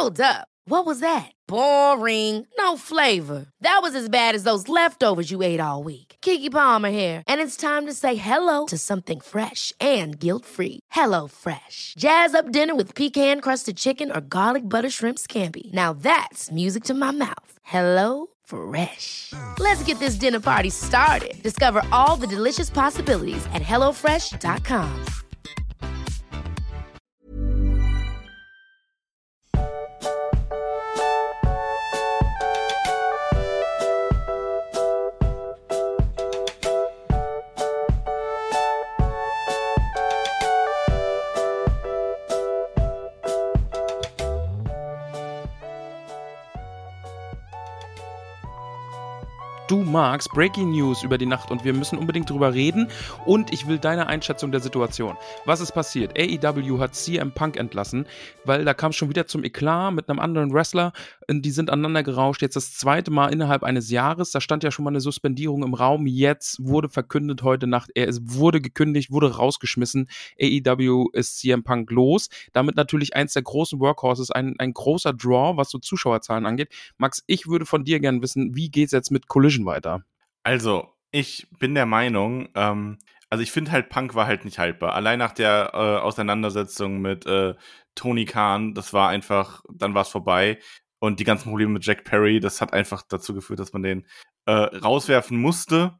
Hold up. What was that? Boring. No flavor. That was as bad as those leftovers you ate all week. Keke Palmer here. And it's time to say hello to something fresh and guilt-free. Hello Fresh. Jazz up dinner with pecan-crusted chicken or garlic butter shrimp scampi. Now that's music to my mouth. Hello Fresh. Let's get this dinner party started. Discover all the delicious possibilities at hellofresh.com. Du magst Breaking News über die Nacht und wir müssen unbedingt drüber reden und ich will deine Einschätzung der Situation. Was ist passiert? AEW hat CM Punk entlassen, weil da kam es schon wieder zum Eklat mit einem anderen Wrestler und die sind aneinander gerauscht. Jetzt das zweite Mal innerhalb eines Jahres. Da stand ja schon mal eine Suspendierung im Raum. Jetzt wurde verkündet heute Nacht, wurde gekündigt, wurde rausgeschmissen. AEW ist CM Punk los. Damit natürlich eins der großen Workhorses, ein großer Draw, was so Zuschauerzahlen angeht. Max, ich würde von dir gerne wissen, wie geht's jetzt mit Collision weiter? Also, ich bin der Meinung, also ich finde halt, Punk war halt nicht haltbar. Allein nach der Auseinandersetzung mit Tony Khan, das war einfach, dann war es vorbei. Und die ganzen Probleme mit Jack Perry, das hat einfach dazu geführt, dass man den rauswerfen musste.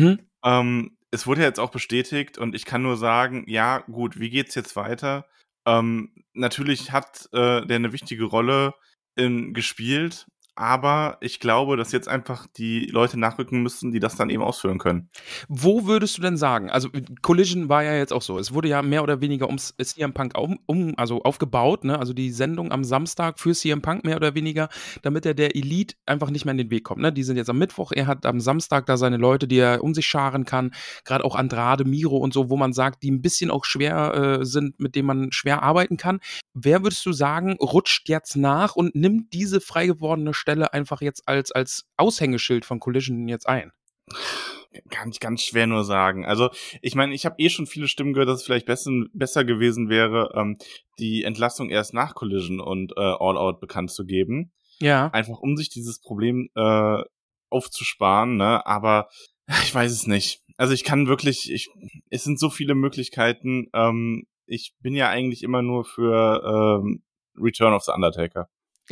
Es wurde ja jetzt auch bestätigt und ich kann nur sagen, ja gut, wie geht's jetzt weiter? Natürlich hat der eine wichtige Rolle gespielt, aber ich glaube, dass jetzt einfach die Leute nachrücken müssen, die das dann eben ausführen können. Wo würdest du denn sagen, also Collision war ja jetzt auch so, es wurde ja mehr oder weniger um CM Punk also aufgebaut, ne? Also die Sendung am Samstag für CM Punk mehr oder weniger, damit er der Elite einfach nicht mehr in den Weg kommt, ne? Die sind jetzt am Mittwoch, er hat am Samstag da seine Leute, die er um sich scharen kann, gerade auch Andrade, Miro und so, wo man sagt, die ein bisschen auch schwer sind, mit denen man schwer arbeiten kann. Wer würdest du sagen, rutscht jetzt nach und nimmt diese frei gewordene Stelle einfach jetzt als Aushängeschild von Collision jetzt ein? Kann ich ganz schwer nur sagen. Also, ich meine, ich habe schon viele Stimmen gehört, dass es vielleicht besser gewesen wäre, die Entlassung erst nach Collision und All Out bekannt zu geben. Ja. Einfach um sich dieses Problem aufzusparen, ne? Aber ich weiß es nicht. Also ich kann wirklich, es sind so viele Möglichkeiten. Ich bin ja eigentlich immer nur für Return of the Undertaker.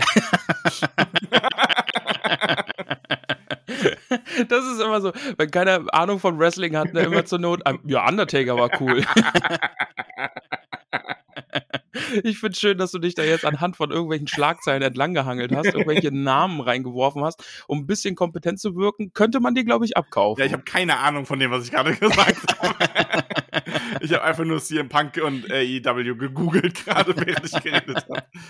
Das ist immer so, wenn keiner Ahnung von Wrestling hat, ne, immer zur Not, ja, Undertaker war cool. Ich find's schön, dass du dich da jetzt anhand von irgendwelchen Schlagzeilen entlanggehangelt hast, irgendwelche Namen reingeworfen hast, um ein bisschen kompetent zu wirken, könnte man dir, glaube ich, abkaufen. Ja, ich habe keine Ahnung von dem, was ich gerade gesagt habe. Ich habe einfach nur CM Punk und AEW gegoogelt, gerade während ich geredet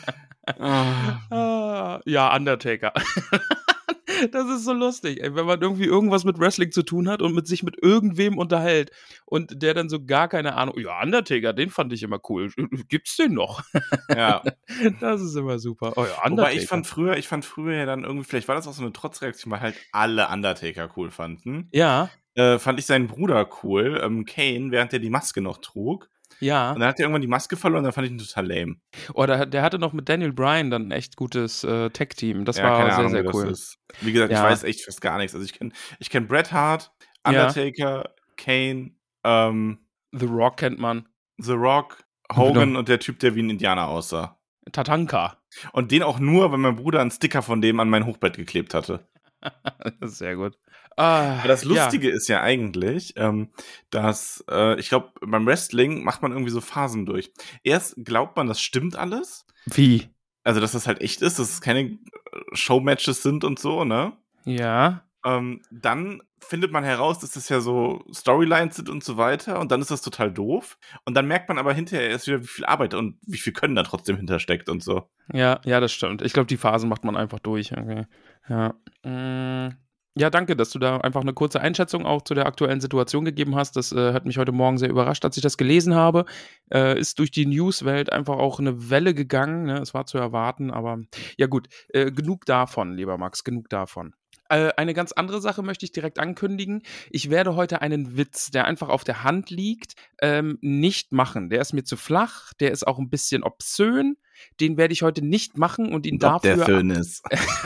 habe. Ja, Undertaker. Das ist so lustig, ey, wenn man irgendwie irgendwas mit Wrestling zu tun hat und sich mit irgendwem unterhält und der dann so gar keine Ahnung, ja, Undertaker, den fand ich immer cool. Gibt's den noch? Ja. Das ist immer super. Oh ja, Undertaker. Wobei ich fand früher ja dann irgendwie, vielleicht war das auch so eine Trotzreaktion, weil halt alle Undertaker cool fanden. Ja. Fand ich seinen Bruder cool, Kane, während er die Maske noch trug. Ja. Und dann hat er irgendwann die Maske verloren, dann fand ich ihn total lame. Oh, der hatte noch mit Daniel Bryan dann ein echt gutes Tag-Team. Das war keine sehr, Ahnung, sehr cool. Das ist. Wie gesagt, ich weiß echt fast gar nichts. Also ich kenn Bret Hart, Undertaker, Kane, The Rock kennt man. The Rock, Hogan und der Typ, der wie ein Indianer aussah. Tatanka. Und den auch nur, weil mein Bruder einen Sticker von dem an mein Hochbett geklebt hatte. Das ist sehr gut. Aber das Lustige ist ja eigentlich, dass ich glaube, beim Wrestling macht man irgendwie so Phasen durch. Erst glaubt man, das stimmt alles. Wie? Also, dass das halt echt ist, dass es keine Showmatches sind und so, ne? Ja. Dann findet man heraus, dass das ja so Storylines sind und so weiter und dann ist das total doof. Und dann merkt man aber hinterher erst wieder, wie viel Arbeit und wie viel Können da trotzdem hintersteckt und so. Ja, das stimmt. Ich glaube, die Phasen macht man einfach durch. Okay. Ja. Ja, danke, dass du da einfach eine kurze Einschätzung auch zu der aktuellen Situation gegeben hast. Das hat mich heute Morgen sehr überrascht, als ich das gelesen habe. Ist durch die Newswelt einfach auch eine Welle gegangen. Ne? Es war zu erwarten, aber ja gut. Genug davon, lieber Max, genug davon. Eine ganz andere Sache möchte ich direkt ankündigen. Ich werde heute einen Witz, der einfach auf der Hand liegt, nicht machen. Der ist mir zu flach, der ist auch ein bisschen obszön. Den werde ich heute nicht machen und ihn Und ob der dafür... Föhn ist.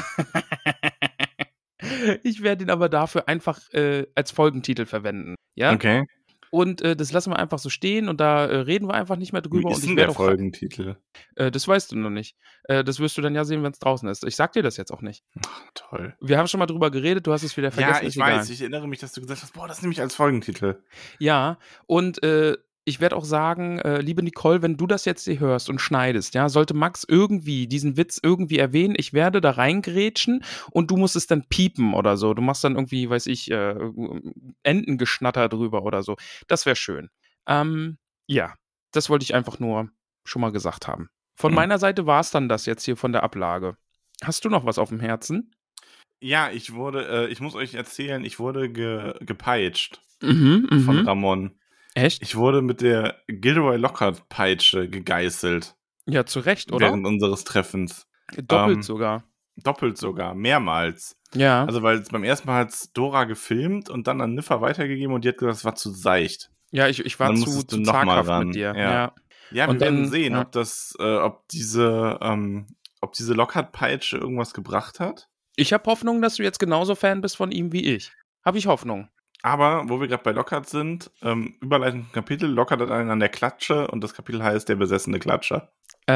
Ich werde ihn aber dafür einfach als Folgentitel verwenden. Ja? Okay. Und das lassen wir einfach so stehen und da reden wir einfach nicht mehr drüber. Wie Und ist ich denn werde der auch Folgentitel? das weißt du noch nicht. Das wirst du dann ja sehen, wenn es draußen ist. Ich sag dir das jetzt auch nicht. Toll. Wir haben schon mal drüber geredet, du hast es wieder vergessen. Ja, ich ist egal. weiß. Ich erinnere mich, dass du gesagt hast, boah, das nehme ich als Folgentitel. Ja, und ich werde auch sagen, liebe Nicole, wenn du das jetzt hier hörst und schneidest, ja, sollte Max irgendwie diesen Witz irgendwie erwähnen, ich werde da reingrätschen und du musst es dann piepen oder so. Du machst dann irgendwie, weiß ich, Entengeschnatter drüber oder so. Das wäre schön. Ja, das wollte ich einfach nur schon mal gesagt haben. Von meiner Seite war es dann das jetzt hier von der Ablage. Hast du noch was auf dem Herzen? Ja, ich muss euch erzählen, ich wurde gepeitscht Von von Ramon. Echt? Ich wurde mit der Gilderoy Lockhart-Peitsche gegeißelt Ja, zu Recht, oder? während unseres Treffens. Doppelt sogar. Doppelt sogar, mehrmals. Ja. Also, weil beim ersten Mal hat Dora gefilmt und dann an Niffer weitergegeben und die hat gesagt, es war zu seicht. Ja, ich war Dann zu musstest du noch mal zaghaft ran. mit dir. Ja. Ja, Und wir werden dann- sehen, ja. ob diese Lockhart-Peitsche irgendwas gebracht hat. Ich habe Hoffnung, dass du jetzt genauso Fan bist von ihm wie ich. Habe ich Hoffnung. Aber, wo wir gerade bei Lockhart sind, Überleitung zum Kapitel, Lockhart hat einen an der Klatsche und das Kapitel heißt Der besessene Klatscher.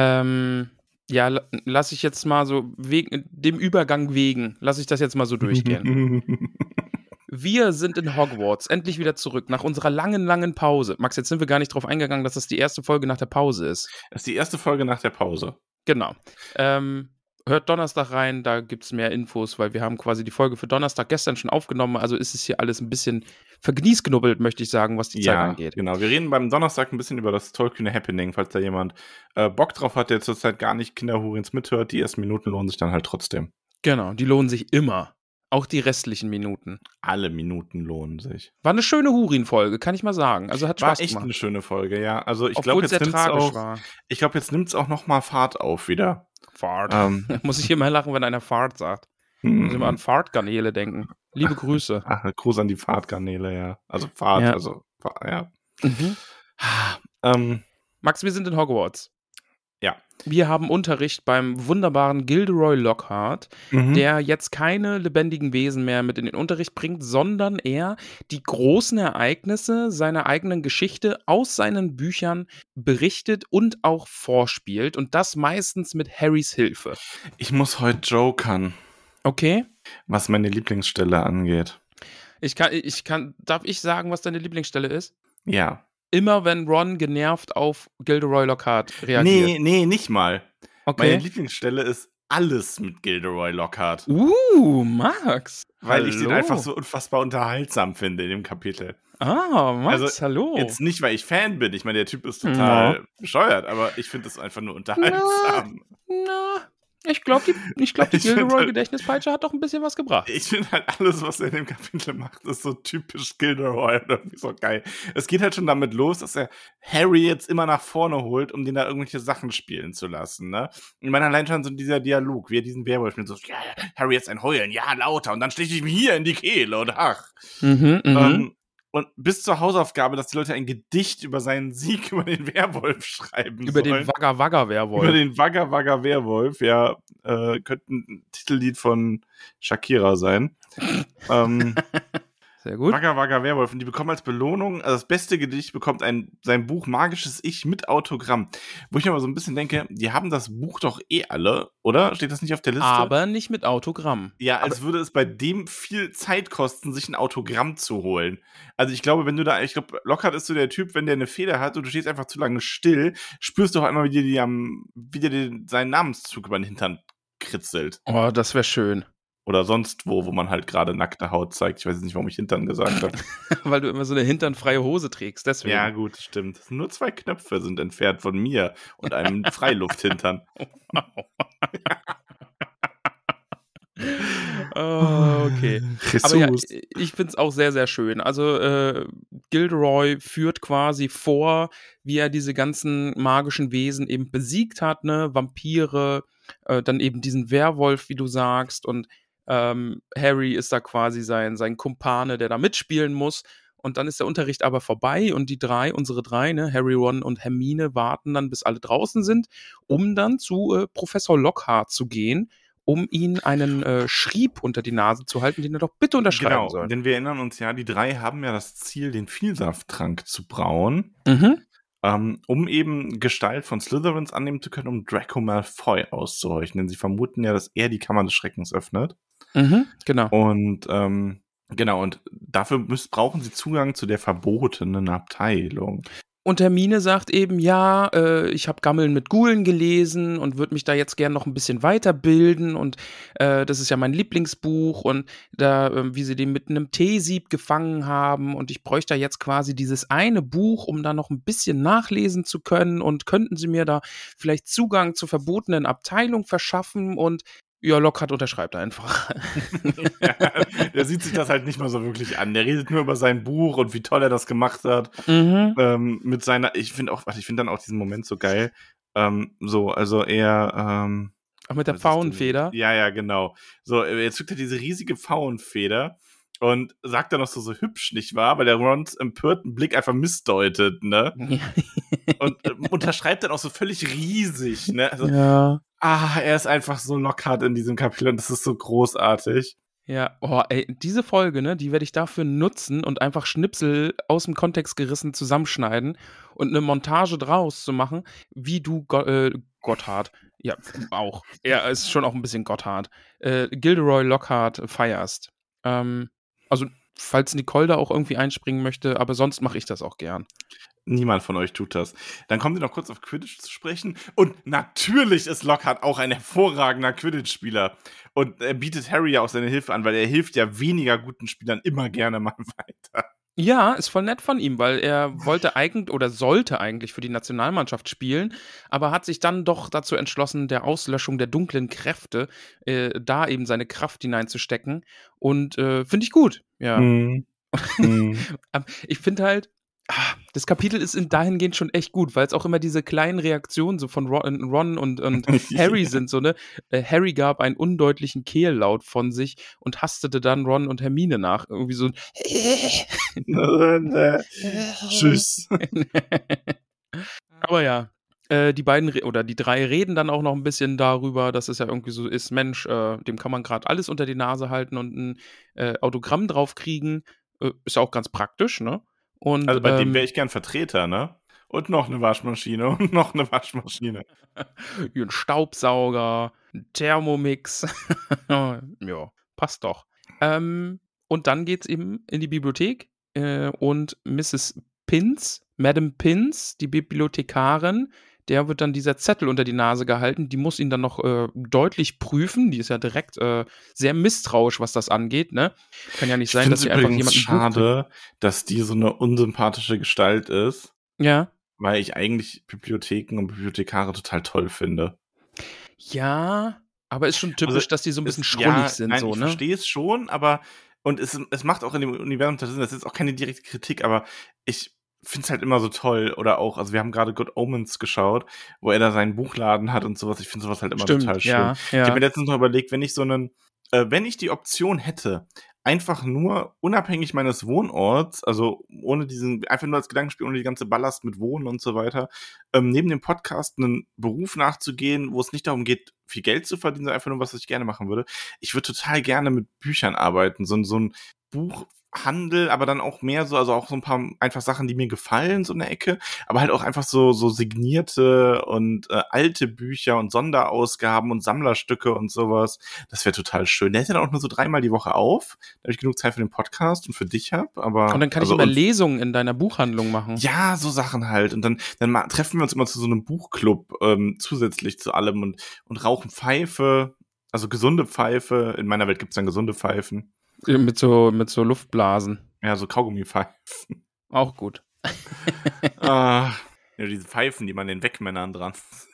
Ja, lass ich jetzt mal so dem Übergang wegen, lass ich das jetzt mal so durchgehen. Wir sind in Hogwarts, endlich wieder zurück, nach unserer langen, langen Pause. Max, jetzt sind wir gar nicht drauf eingegangen, dass das die erste Folge nach der Pause ist. Das ist die erste Folge nach der Pause. Genau. Hört Donnerstag rein, da gibt es mehr Infos, weil wir haben quasi die Folge für Donnerstag gestern schon aufgenommen, also ist es hier alles ein bisschen vergniesknubbelt, möchte ich sagen, was die Zeit angeht. Genau. Wir reden beim Donnerstag ein bisschen über das tollkühne Happening, falls da jemand Bock drauf hat, der zurzeit gar nicht Kinderhurins mithört. Die ersten Minuten lohnen sich dann halt trotzdem. Genau, die lohnen sich immer. Auch die restlichen Minuten. Alle Minuten lohnen sich. War eine schöne Hurin-Folge, kann ich mal sagen. Also hat War Spaß echt gemacht. eine schöne Folge, ja. Also ich Obwohl glaube, es sehr jetzt tragisch war. nimmt's auch noch mal Fahrt auf wieder. Fahrt. Muss ich immer lachen, wenn einer Fahrt sagt. Muss immer an Fahrtgarnele denken. Liebe Grüße. Ach, Gruß an die Fahrtgarnele, ja. Also Fahrt, Ja. also, ja. Max, wir sind in Hogwarts. Ja. Wir haben Unterricht beim wunderbaren Gilderoy Lockhart, der jetzt keine lebendigen Wesen mehr mit in den Unterricht bringt, sondern er die großen Ereignisse seiner eigenen Geschichte aus seinen Büchern berichtet und auch vorspielt. Und das meistens mit Harrys Hilfe. Ich muss heute jokern, Okay? was meine Lieblingsstelle angeht. Darf ich sagen, was deine Lieblingsstelle ist? Ja. Immer wenn Ron genervt auf Gilderoy Lockhart reagiert. Nee, nicht mal. Okay. Meine Lieblingsstelle ist alles mit Gilderoy Lockhart. Max. Weil ich den Hallo. einfach so unfassbar unterhaltsam finde in dem Kapitel. Max, Also, hallo. Jetzt nicht, weil ich Fan bin. Ich meine, der Typ ist total bescheuert, aber ich finde das einfach nur unterhaltsam. Ich glaube, die Ich find halt- Gilderoy-Gedächtnispeitsche hat doch ein bisschen was gebracht. Ich finde halt alles, was er in dem Kapitel macht, ist so typisch Gilderoy und irgendwie so geil. Es geht halt schon damit los, dass er Harry jetzt immer nach vorne holt, um den da irgendwelche Sachen spielen zu lassen, ne? Ich meine, allein schon so dieser Dialog, wie er diesen Werwolf mit so, ja, Harry jetzt ein Heulen, ja, lauter, und dann steche ich mir hier in die Kehle und ach. Und bis zur Hausaufgabe, dass die Leute ein Gedicht über seinen Sieg über den Werwolf schreiben Über sollen. den Wagga-Wagga-Werwolf. Über den Wagga-Wagga-Werwolf, ja. Könnte ein Titellied von Shakira sein. Sehr gut. Wagga-Wagga-Werwolf. Und die bekommen als Belohnung, also das beste Gedicht bekommt sein Buch Magisches Ich mit Autogramm. Wo ich mir aber so ein bisschen denke, die haben das Buch doch eh alle, oder? Steht das nicht auf der Liste? Aber nicht mit Autogramm. Ja, als würde es bei dem viel Zeit kosten, sich ein Autogramm zu holen. Also ich glaube, Lockhart ist so der Typ, wenn der eine Feder hat und du stehst einfach zu lange still, spürst du auch einmal, wie dir seinen Namenszug über den Hintern kritzelt. Oh, das wäre schön. Oder sonst wo man halt gerade nackte Haut zeigt. Ich weiß jetzt nicht, warum ich Hintern gesagt habe. Weil du immer so eine hinternfreie Hose trägst, deswegen. Ja, gut, stimmt. Nur 2 Knöpfe sind entfernt von mir und einem Freilufthintern. Okay. Aber ja, ich finde es auch sehr, sehr schön. Also Gilderoy führt quasi vor, wie er diese ganzen magischen Wesen eben besiegt hat, ne? Vampire, dann eben diesen Werwolf, wie du sagst, und Harry ist da quasi sein Kumpane, der da mitspielen muss. Und dann ist der Unterricht aber vorbei und unsere drei, ne, Harry, Ron und Hermine, warten dann, bis alle draußen sind, um dann zu Professor Lockhart zu gehen, um ihm einen Schrieb unter die Nase zu halten, den er doch bitte unterschreiben Genau, soll. denn wir erinnern uns ja, die drei haben ja das Ziel, den Vielsafttrank zu brauen, um eben Gestalt von Slytherins annehmen zu können, um Draco Malfoy auszuhorchen. Denn sie vermuten ja, dass er die Kammer des Schreckens öffnet. Genau. Und genau, und dafür brauchen sie Zugang zu der verbotenen Abteilung. Und Hermine sagt eben, ja, ich habe Gammeln mit Ghoulen gelesen und würde mich da jetzt gern noch ein bisschen weiterbilden und das ist ja mein Lieblingsbuch und da, wie sie den mit einem Teesieb gefangen haben und ich bräuchte da jetzt quasi dieses eine Buch, um da noch ein bisschen nachlesen zu können und könnten sie mir da vielleicht Zugang zur verbotenen Abteilung verschaffen und ja, Lockhart unterschreibt einfach. Ja, der sieht sich das halt nicht mal so wirklich an. Der redet nur über sein Buch und wie toll er das gemacht hat. Mit seiner, ich finde dann auch diesen Moment so geil. Also er, Auch mit der Pfauenfeder. Ja, genau. So, jetzt zückt er diese riesige Pfauenfeder und sagt dann noch so hübsch, nicht wahr? Weil der Rons empörten Blick einfach missdeutet, ne? Und unterschreibt dann auch so völlig riesig, ne? Also, ja. Er ist einfach so Lockhart in diesem Kapitel und das ist so großartig. Ja, diese Folge, ne, die werde ich dafür nutzen und einfach Schnipsel aus dem Kontext gerissen zusammenschneiden und eine Montage draus zu machen, wie du Gotthard, ja, auch. Er ist schon auch ein bisschen Gotthard. Gilderoy Lockhart feierst. Also, falls Nicole da auch irgendwie einspringen möchte, aber sonst mache ich das auch gern. Niemand von euch tut das. Dann kommen wir noch kurz auf Quidditch zu sprechen. Und natürlich ist Lockhart auch ein hervorragender Quidditch-Spieler. Und er bietet Harry ja auch seine Hilfe an, weil er hilft ja weniger guten Spielern immer gerne mal weiter. Ja, ist voll nett von ihm, weil er sollte eigentlich für die Nationalmannschaft spielen, aber hat sich dann doch dazu entschlossen, der Auslöschung der dunklen Kräfte da eben seine Kraft hineinzustecken. Und finde ich gut, ja. Ich finde halt, das Kapitel ist dahingehend schon echt gut, weil es auch immer diese kleinen Reaktionen so von Ron und Harry sind, so, ne? Harry gab einen undeutlichen Kehllaut von sich und hastete dann Ron und Hermine nach. Irgendwie so Tschüss. Aber ja, die drei reden dann auch noch ein bisschen darüber, dass es ja irgendwie so ist, Mensch, dem kann man gerade alles unter die Nase halten und ein Autogramm drauf kriegen. Ist ja auch ganz praktisch, ne? Und, also bei dem wäre ich gern Vertreter, ne? Und noch eine Waschmaschine und noch eine Waschmaschine. Ein Staubsauger, ein Thermomix. Ja, passt doch. Und dann geht's eben in die Bibliothek und Mrs. Pins, Madame Pins, die Bibliothekarin, der wird dann dieser Zettel unter die Nase gehalten. Die muss ihn dann noch deutlich prüfen. Die ist ja direkt sehr misstrauisch, was das angeht, ne? Kann ja nicht sein, dass sie einfach jemanden schade, dass die so eine unsympathische Gestalt ist. Ja. Weil ich eigentlich Bibliotheken und Bibliothekare total toll finde. Ja, aber ist schon typisch, dass die so ein bisschen schrullig sind, nein, so, ich ne? verstehe es schon, aber und es macht auch in dem Universum Sinn, das ist auch keine direkte Kritik, aber ich finde es halt immer so toll oder auch, also wir haben gerade Good Omens geschaut, wo er da seinen Buchladen hat und sowas, ich finde sowas halt immer total schön. Ja. Ich habe mir letztens noch überlegt, wenn ich die Option hätte, einfach nur unabhängig meines Wohnorts, also einfach nur als Gedankenspiel, ohne die ganze Ballast mit Wohnen und so weiter, neben dem Podcast einen Beruf nachzugehen, wo es nicht darum geht, viel Geld zu verdienen, sondern einfach nur was ich gerne machen würde. Ich würde total gerne mit Büchern arbeiten, so ein Buchhandel, aber dann auch mehr so, also auch so ein paar einfach Sachen, die mir gefallen, so eine Ecke, aber halt auch einfach so signierte und alte Bücher und Sonderausgaben und Sammlerstücke und sowas. Das wäre total schön. Der hätte dann auch nur so 3-mal die Woche auf, damit ich genug Zeit für den Podcast und für dich habe. Und dann kann ich immer Lesungen in deiner Buchhandlung machen. Ja, so Sachen halt. Und dann treffen wir uns immer zu so einem Buchclub zusätzlich zu allem und rauchen Pfeife, also gesunde Pfeife. In meiner Welt gibt's dann gesunde Pfeifen. Mit so Luftblasen. Ja, so Kaugummipfeifen. Auch gut. Ja, diese Pfeifen, die man den Wegmännern dran.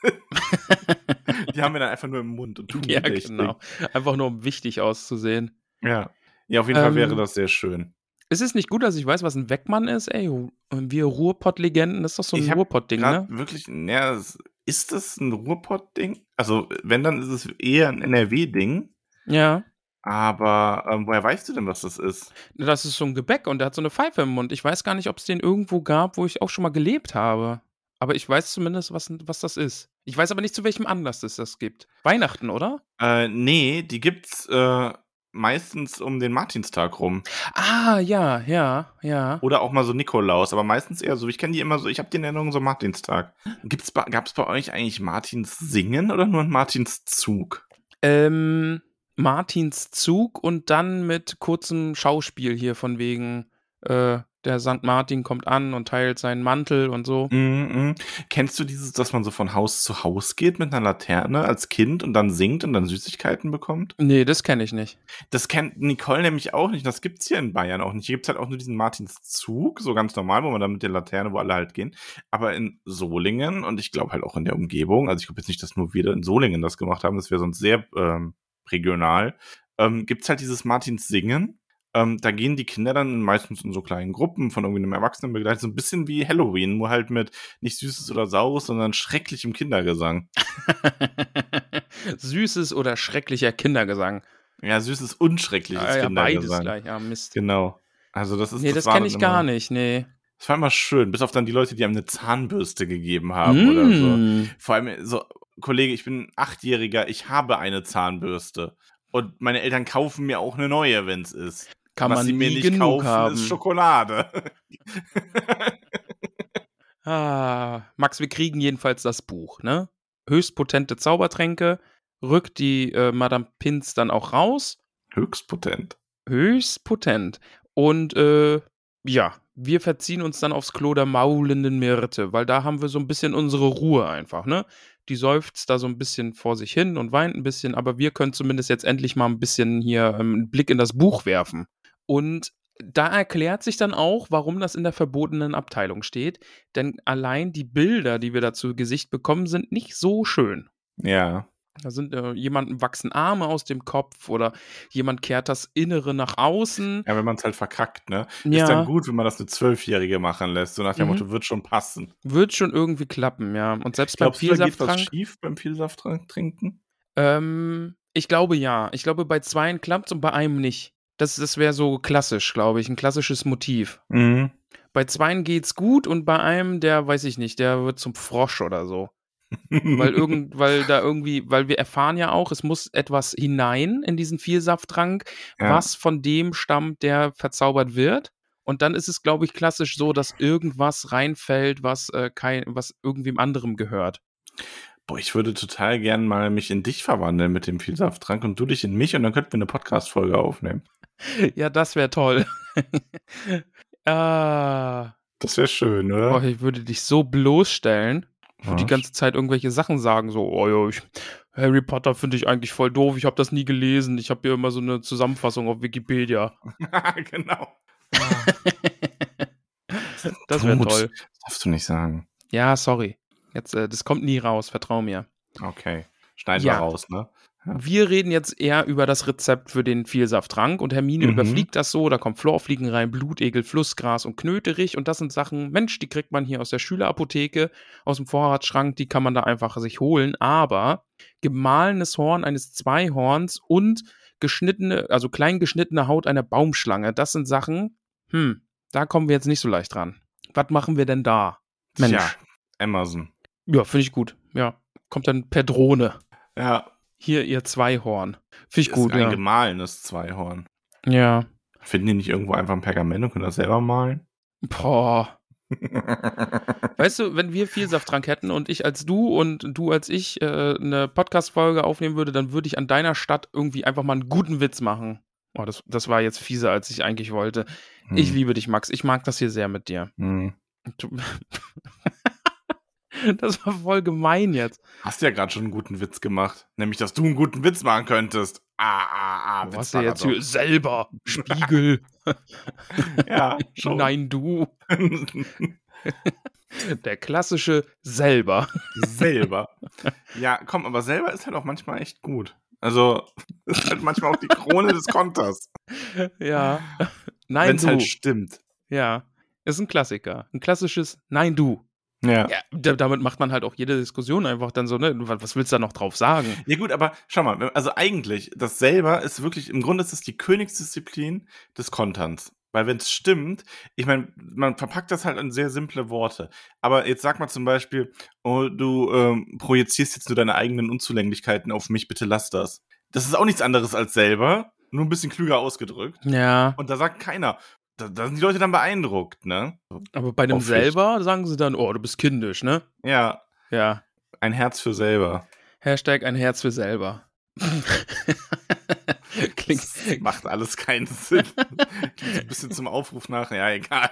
Die haben wir dann einfach nur im Mund und tun ja, genau. Einfach nur, um wichtig auszusehen. Ja, auf jeden Fall wäre das sehr schön. Ist es nicht gut, dass ich weiß, was ein Wegmann ist? Ey, wir Ruhrpott-Legenden, das ist doch so ein Ruhrpott-Ding, ne? Wirklich, ist das ein Ruhrpott-Ding? Also, wenn, dann ist es eher ein NRW-Ding. Ja. Aber woher weißt du denn, was das ist? Das ist so ein Gebäck und der hat so eine Pfeife im Mund. Ich weiß gar nicht, ob es den irgendwo gab, wo ich auch schon mal gelebt habe. Aber ich weiß zumindest, was das ist. Ich weiß aber nicht, zu welchem Anlass es das gibt. Weihnachten, oder? Nee, die gibt's meistens um den Martinstag rum. Ah, ja, ja, ja. Oder auch mal so Nikolaus, aber meistens eher so. Ich kenne die immer so, ich habe die in Erinnerung so Martinstag. Gab's bei euch eigentlich Martins Singen oder nur ein Martinszug? Martins Zug und dann mit kurzem Schauspiel hier von wegen, der St. Martin kommt an und teilt seinen Mantel und so. Mhm. Kennst du dieses, dass man so von Haus zu Haus geht mit einer Laterne als Kind und dann singt und dann Süßigkeiten bekommt? Nee, das kenne ich nicht. Das kennt Nicole nämlich auch nicht. Das gibt's hier in Bayern auch nicht. Hier gibt's halt auch nur diesen Martinszug, so ganz normal, wo man dann mit der Laterne, wo alle halt gehen. Aber in Solingen und ich glaube halt auch in der Umgebung, also ich glaube jetzt nicht, dass nur wir in Solingen das gemacht haben, das wäre sonst sehr regional, gibt's halt dieses Martinssingen. Da gehen die Kinder dann meistens in so kleinen Gruppen von irgendwie einem Erwachsenen begleitet, so ein bisschen wie Halloween, nur halt mit nicht Süßes oder Saures, sondern schrecklichem Kindergesang. Süßes oder schrecklicher Kindergesang. Ja, süßes und schreckliches Ja, beides Kindergesang. gleich. Ja, Mist. Genau. Also das Nee, das kenne ich gar nicht, nee. Das war immer schön, bis auf dann die Leute, die einem eine Zahnbürste gegeben haben oder so. Vor allem so, Kollege, ich bin 8-Jähriger, ich habe eine Zahnbürste. Und meine Eltern kaufen mir auch eine neue, wenn's ist. Kann Was man sie mir nie nicht genug kaufen, haben. ist Schokolade. Max, wir kriegen jedenfalls das Buch, ne? Höchst potente Zaubertränke, rückt die Madame Pinz dann auch raus. Höchst potent. Höchst potent. Und ja, wir verziehen uns dann aufs Klo der maulenden Myrte, weil da haben wir so ein bisschen unsere Ruhe einfach, ne? Die seufzt da so ein bisschen vor sich hin und weint ein bisschen, aber wir können zumindest jetzt endlich mal ein bisschen hier einen Blick in das Buch werfen. Und da erklärt sich dann auch, warum das in der verbotenen Abteilung steht, denn allein die Bilder, die wir da zu Gesicht bekommen, sind nicht so schön. Ja. Da sind jemandem wachsen Arme aus dem Kopf oder jemand kehrt das Innere nach außen. Ja, wenn man es halt verkackt, ne? Ja. Ist dann gut, wenn man das eine 12-Jährige machen lässt. So nach dem Motto, wird schon passen. Wird schon irgendwie klappen, ja. Und selbst beim Glaubst du, da geht was Vielsafttrank. schief beim Vielsafttrank trinken? Ich glaube ja. Ich glaube, bei zweien klappt es und bei einem nicht. Das wäre so klassisch, glaube ich. Ein klassisches Motiv. Mhm. Bei zweien geht's gut und bei einem, der weiß ich nicht, der wird zum Frosch oder so. weil wir erfahren ja auch, es muss etwas hinein in diesen Vielsafttrank, was von dem stammt, der verzaubert wird. Und dann ist es, glaube ich, klassisch so, dass irgendwas reinfällt, was irgendwem anderem gehört. Boah, ich würde total gern mal mich in dich verwandeln mit dem Vielsafttrank und du dich in mich und dann könnten wir eine Podcast-Folge aufnehmen. Ja, das wäre toll. Das wäre schön, oder? Boah, ich würde dich so bloßstellen. Ich würde die ganze Zeit irgendwelche Sachen sagen, so, oh ja, Harry Potter finde ich eigentlich voll doof, ich habe das nie gelesen, ich habe hier immer so eine Zusammenfassung auf Wikipedia. Genau. Das wäre toll. Das darfst du nicht sagen. Ja, sorry. Jetzt, das kommt nie raus, vertrau mir. Okay, schneiden wir raus, ne? Ja. Wir reden jetzt eher über das Rezept für den Vielsafttrank und Hermine überfliegt das so, da kommt Florfliegen rein, Blutegel, Flussgras und Knöterich und das sind Sachen, Mensch, die kriegt man hier aus der Schülerapotheke, aus dem Vorratsschrank, die kann man da einfach sich holen, aber gemahlenes Horn eines Zweihorns und klein geschnittene Haut einer Baumschlange, das sind Sachen, da kommen wir jetzt nicht so leicht dran. Was machen wir denn da? Mensch. Ja, Amazon. Ja, finde ich gut, ja. Kommt dann per Drohne. Ja. Hier, ihr Zweihorn. Finde ich gut, ja. ja. Ein gemahlenes Zweihorn. Ja. Finden die nicht irgendwo einfach ein Pergament und können das selber malen? Boah. Weißt du, wenn wir Vielsafttrank hätten und ich als du und du als ich eine Podcast-Folge aufnehmen würde, dann würde ich an deiner Stadt irgendwie einfach mal einen guten Witz machen. Oh, das war jetzt fieser, als ich eigentlich wollte. Ich liebe dich, Max. Ich mag das hier sehr mit dir. Das war voll gemein jetzt. Hast du ja gerade schon einen guten Witz gemacht. Nämlich, dass du einen guten Witz machen könntest. Du hast ja jetzt hier selber. Spiegel. Ja, schon. Nein, du. Der klassische selber. Selber. Ja, komm, aber selber ist halt auch manchmal echt gut. Also, ist halt manchmal auch die Krone des Konters. Ja. Nein, wenn's du. Halt stimmt. Ja. Ist ein Klassiker. Ein klassisches Nein, du. Ja. Ja, damit macht man halt auch jede Diskussion einfach dann so, ne? Was willst du da noch drauf sagen? Ja gut, aber schau mal, also eigentlich, das selber ist wirklich, im Grunde ist es die Königsdisziplin des Konterns. Weil wenn es stimmt, ich meine, man verpackt das halt in sehr simple Worte. Aber jetzt sag mal zum Beispiel, oh, du projizierst jetzt nur deine eigenen Unzulänglichkeiten auf mich, bitte lass das. Das ist auch nichts anderes als selber, nur ein bisschen klüger ausgedrückt. Ja. Und da sagt keiner. Da sind die Leute dann beeindruckt, ne? Aber bei dem Aufrecht. selber sagen sie dann, oh, du bist kindisch, ne? Ja, Ja. ein Herz für selber. Hashtag ein Herz für selber. Klingt. Das macht alles keinen Sinn. Klingt so ein bisschen zum Aufruf nach, ja, egal.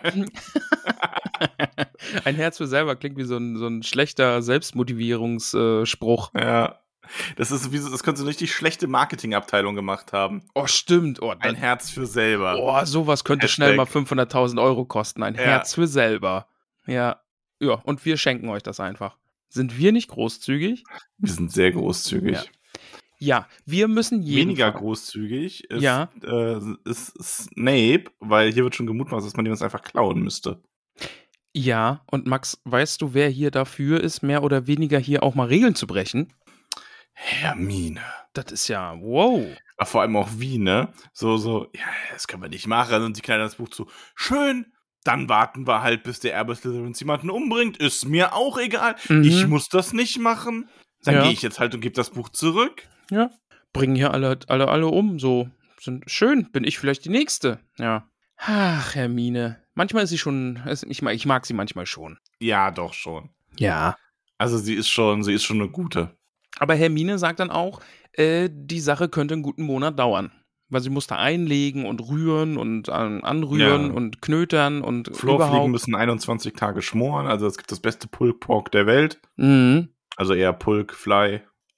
Ein Herz für selber klingt wie so ein schlechter Selbstmotivierungsspruch. Ja. Das ist wie so, das könnte so eine richtig schlechte Marketingabteilung gemacht haben. Oh, stimmt. Oh, Ein Herz für selber. Oh, sowas könnte Hashtag. schnell mal 500.000 Euro kosten. Ein Ja. Herz für selber. Ja. Ja, und wir schenken euch das einfach. Sind wir nicht großzügig? Wir sind sehr großzügig. Ja. Ja, wir müssen Weniger jeden großzügig ist, Ja. ist Snape, weil hier wird schon gemutmaßt, dass man dem das einfach klauen müsste. Ja, und Max, weißt du, wer hier dafür ist, mehr oder weniger hier auch mal Regeln zu brechen? Hermine. Das ist ja, wow. Aber vor allem auch wie, ne? So, ja, das können wir nicht machen. Und die Kleine das Buch so, schön, dann warten wir halt, bis der Erbe Slytherins jemanden umbringt. Ist mir auch egal. Mhm. Ich muss das nicht machen. Dann Ja. gehe ich jetzt halt und gebe das Buch zurück. Ja, bringen hier alle um, so. Sind schön, bin ich vielleicht die Nächste. Ja. Ach, Hermine. Manchmal ist sie schon, ich mag sie manchmal schon. Ja, doch schon. Ja. Also sie ist schon eine gute. Aber Hermine sagt dann auch, die Sache könnte einen guten Monat dauern. Weil sie musste einlegen und rühren und anrühren Ja. und knötern und Florfliegen überhaupt. müssen 21 Tage schmoren. Also es gibt das beste Pulled Pork der Welt. Mhm. Also eher Pulk, Fly.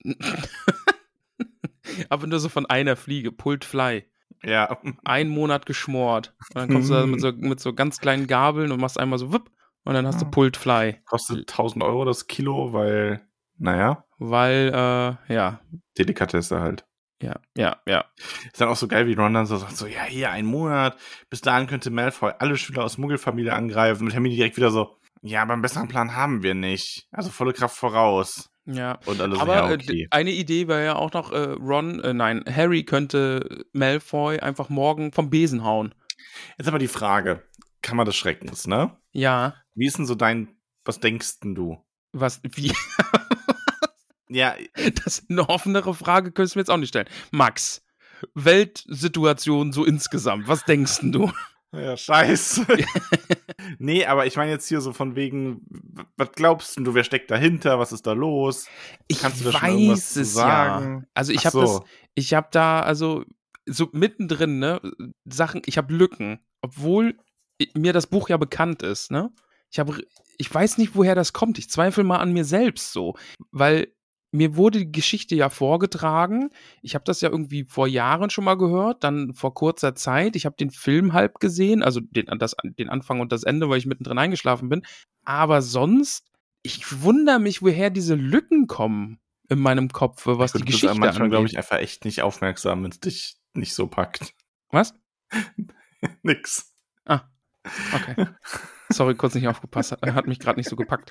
Aber nur so von einer Fliege, Pulled Fly. Ja. 1 Monat geschmort. Und dann kommst du da mit so ganz kleinen Gabeln und machst einmal so wupp und dann hast du Pulled Fly. Kostet 1.000 Euro das Kilo, weil, naja, Weil, ja. Delikatesse halt. Ja. Ist dann auch so geil, wie Ron dann so sagt, so, ja, hier, 1 Monat, bis dahin könnte Malfoy alle Schüler aus Muggelfamilie angreifen. Mit Hermine direkt wieder so, ja, aber einen besseren Plan haben wir nicht. Also volle Kraft voraus. Ja. Und alles Aber ja, okay. eine Idee wäre ja auch noch, Harry könnte Malfoy einfach morgen vom Besen hauen. Jetzt aber die Frage, Kammer des Schreckens, ne? Ja. Wie ist denn so was denkst denn du? Wie? Ja, Das ist eine offenere Frage, könntest du mir jetzt auch nicht stellen. Max, Weltsituation so insgesamt, was denkst denn du? ja, scheiße. Nee, aber ich meine jetzt hier so von wegen, was glaubst du, wer steckt dahinter, was ist da los? Kannst du da schon irgendwas zu sagen? Ja. Also Ach so. ich habe da, also so mittendrin, ne, Sachen, ich habe Lücken, obwohl mir das Buch ja bekannt ist, ne? Ich weiß nicht, woher das kommt. Ich zweifle mal an mir selbst so, weil mir wurde die Geschichte ja vorgetragen. Ich habe das ja irgendwie vor Jahren schon mal gehört, dann vor kurzer Zeit. Ich habe den Film halb gesehen, also den Anfang und das Ende, weil ich mittendrin eingeschlafen bin. Aber sonst, ich wundere mich, woher diese Lücken kommen in meinem Kopf, was die Geschichte angeht. Manchmal, glaube angeht. ich, einfach echt nicht aufmerksam, wenn es dich nicht so packt. Was? Nix. Ah, okay. Sorry, kurz nicht aufgepasst. Hat mich gerade nicht so gepackt.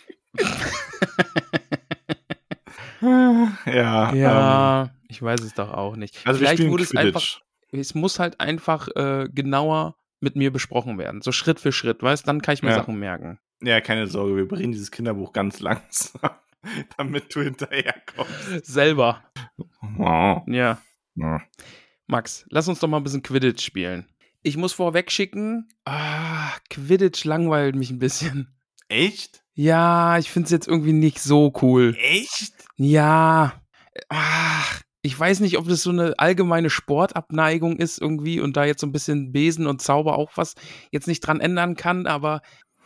Ja. Ja, ich weiß es doch auch nicht. Also Vielleicht wir spielen wurde es einfach, Quidditch. es muss halt einfach genauer mit mir besprochen werden. So Schritt für Schritt, weißt du? Dann kann ich mir Ja. Sachen merken. Ja, keine Sorge, wir bringen dieses Kinderbuch ganz langsam, damit du hinterherkommst. Selber. Oh. Ja. Ja. Max, lass uns doch mal ein bisschen Quidditch spielen. Ich muss vorweg schicken, Quidditch langweilt mich ein bisschen. Echt? Ja, ich finde es jetzt irgendwie nicht so cool. Echt? Ja, ich weiß nicht, ob das so eine allgemeine Sportabneigung ist irgendwie und da jetzt so ein bisschen Besen und Zauber auch was jetzt nicht dran ändern kann, aber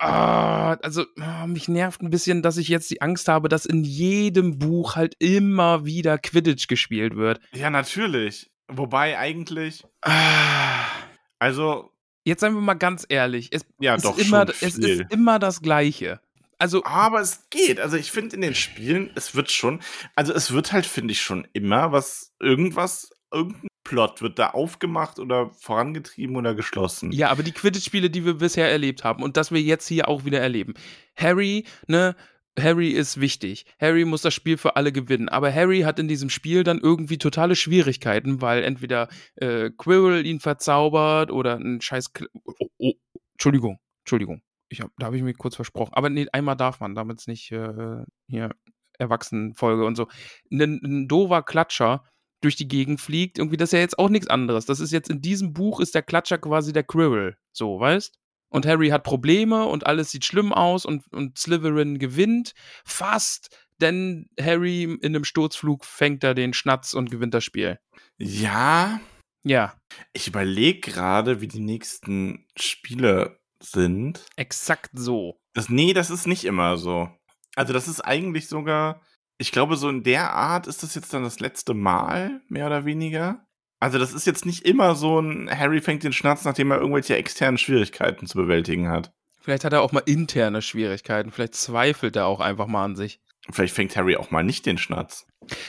mich nervt ein bisschen, dass ich jetzt die Angst habe, dass in jedem Buch halt immer wieder Quidditch gespielt wird. Ja, natürlich. Wobei eigentlich, Ah, also, Jetzt seien wir mal ganz ehrlich, es ja, ist doch immer, schon es viel. ist immer das Gleiche. Also, Aber es geht. Also ich finde in den Spielen, es wird halt, finde ich, schon immer irgendein Plot? Wird da aufgemacht oder vorangetrieben oder geschlossen? Ja, aber die Quidditch-Spiele, die wir bisher erlebt haben und das wir jetzt hier auch wieder erleben. Harry ist wichtig. Harry muss das Spiel für alle gewinnen. Aber Harry hat in diesem Spiel dann irgendwie totale Schwierigkeiten, weil entweder Quirrell ihn verzaubert oder ein scheiß... Entschuldigung. Da habe ich mich kurz versprochen. Aber nee, einmal darf man, damit es nicht hier Erwachsenenfolge und so. Ein doofer Klatscher durch die Gegend fliegt, irgendwie, das ist ja jetzt auch nichts anderes. Das ist jetzt in diesem Buch ist der Klatscher quasi der Quirrell. So, weißt? Und Harry hat Probleme und alles sieht schlimm aus und Slytherin gewinnt fast, denn Harry in einem Sturzflug fängt er den Schnatz und gewinnt das Spiel. Ja. Ja. Ich überlege gerade, wie die nächsten Spiele sind. Exakt so. Das ist nicht immer so. Also das ist eigentlich sogar, ich glaube, so in der Art ist das jetzt dann das letzte Mal, mehr oder weniger. Also das ist jetzt nicht immer so ein Harry fängt den Schnatz, nachdem er irgendwelche externen Schwierigkeiten zu bewältigen hat. Vielleicht hat er auch mal interne Schwierigkeiten, vielleicht zweifelt er auch einfach mal an sich. Vielleicht fängt Harry auch mal nicht den Schnatz.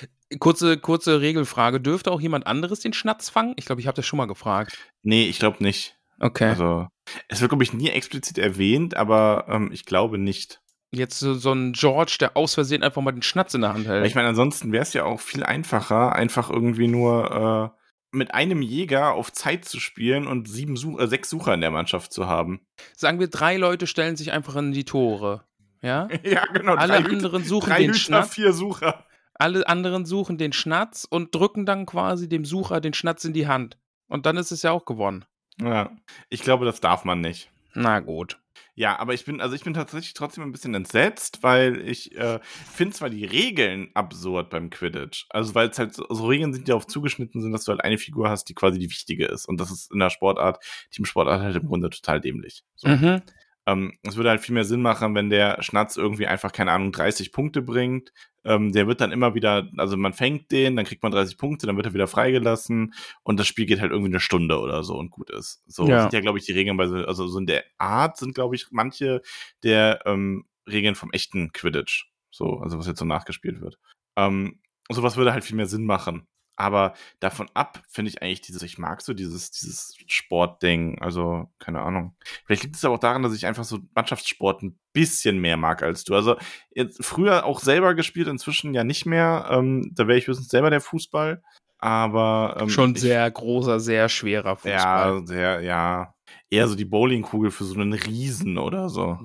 Kurze Regelfrage, dürfte auch jemand anderes den Schnatz fangen? Ich glaube, ich habe das schon mal gefragt. Nee, ich glaube nicht. Okay. Also es wird, glaube ich, nie explizit erwähnt, aber ich glaube nicht. Jetzt so ein George, der aus Versehen einfach mal den Schnatz in der Hand hält. Weil ich meine, ansonsten wäre es ja auch viel einfacher, einfach irgendwie nur mit einem Jäger auf Zeit zu spielen und 6 Sucher in der Mannschaft zu haben. Sagen wir, 3 Leute stellen sich einfach in die Tore. Ja? Ja, genau. Alle anderen suchen den Schnatz. 4 Sucher. Alle anderen suchen den Schnatz und drücken dann quasi dem Sucher den Schnatz in die Hand. Und dann ist es ja auch gewonnen. Ja, ich glaube, das darf man nicht. Na gut. Ja, aber ich bin tatsächlich trotzdem ein bisschen entsetzt, weil ich finde zwar die Regeln absurd beim Quidditch. Also weil es halt so Regeln sind, die darauf zugeschnitten sind, dass du halt eine Figur hast, die quasi die wichtige ist. Und das ist in der Teamsportart halt im Grunde total dämlich. So. Mhm. Es würde halt viel mehr Sinn machen, wenn der Schnatz irgendwie einfach, keine Ahnung, 30 Punkte bringt. Der wird dann immer wieder, also man fängt den, dann kriegt man 30 Punkte, dann wird er wieder freigelassen und das Spiel geht halt irgendwie 1 Stunde oder so und gut ist. So sind ja, glaube ich, die Regeln also so in der Art sind, glaube ich, manche der Regeln vom echten Quidditch. So, also was jetzt so nachgespielt wird. Sowas würde halt viel mehr Sinn machen. Aber davon ab finde ich eigentlich ich mag so dieses Sportding, also keine Ahnung. Vielleicht liegt es aber auch daran, dass ich einfach so Mannschaftssport ein bisschen mehr mag als du. Also jetzt früher auch selber gespielt, inzwischen ja nicht mehr. Da wäre ich höchstens selber der Fußball, aber schon sehr großer, sehr schwerer Fußball. Ja, eher so die Bowlingkugel für so einen Riesen oder so.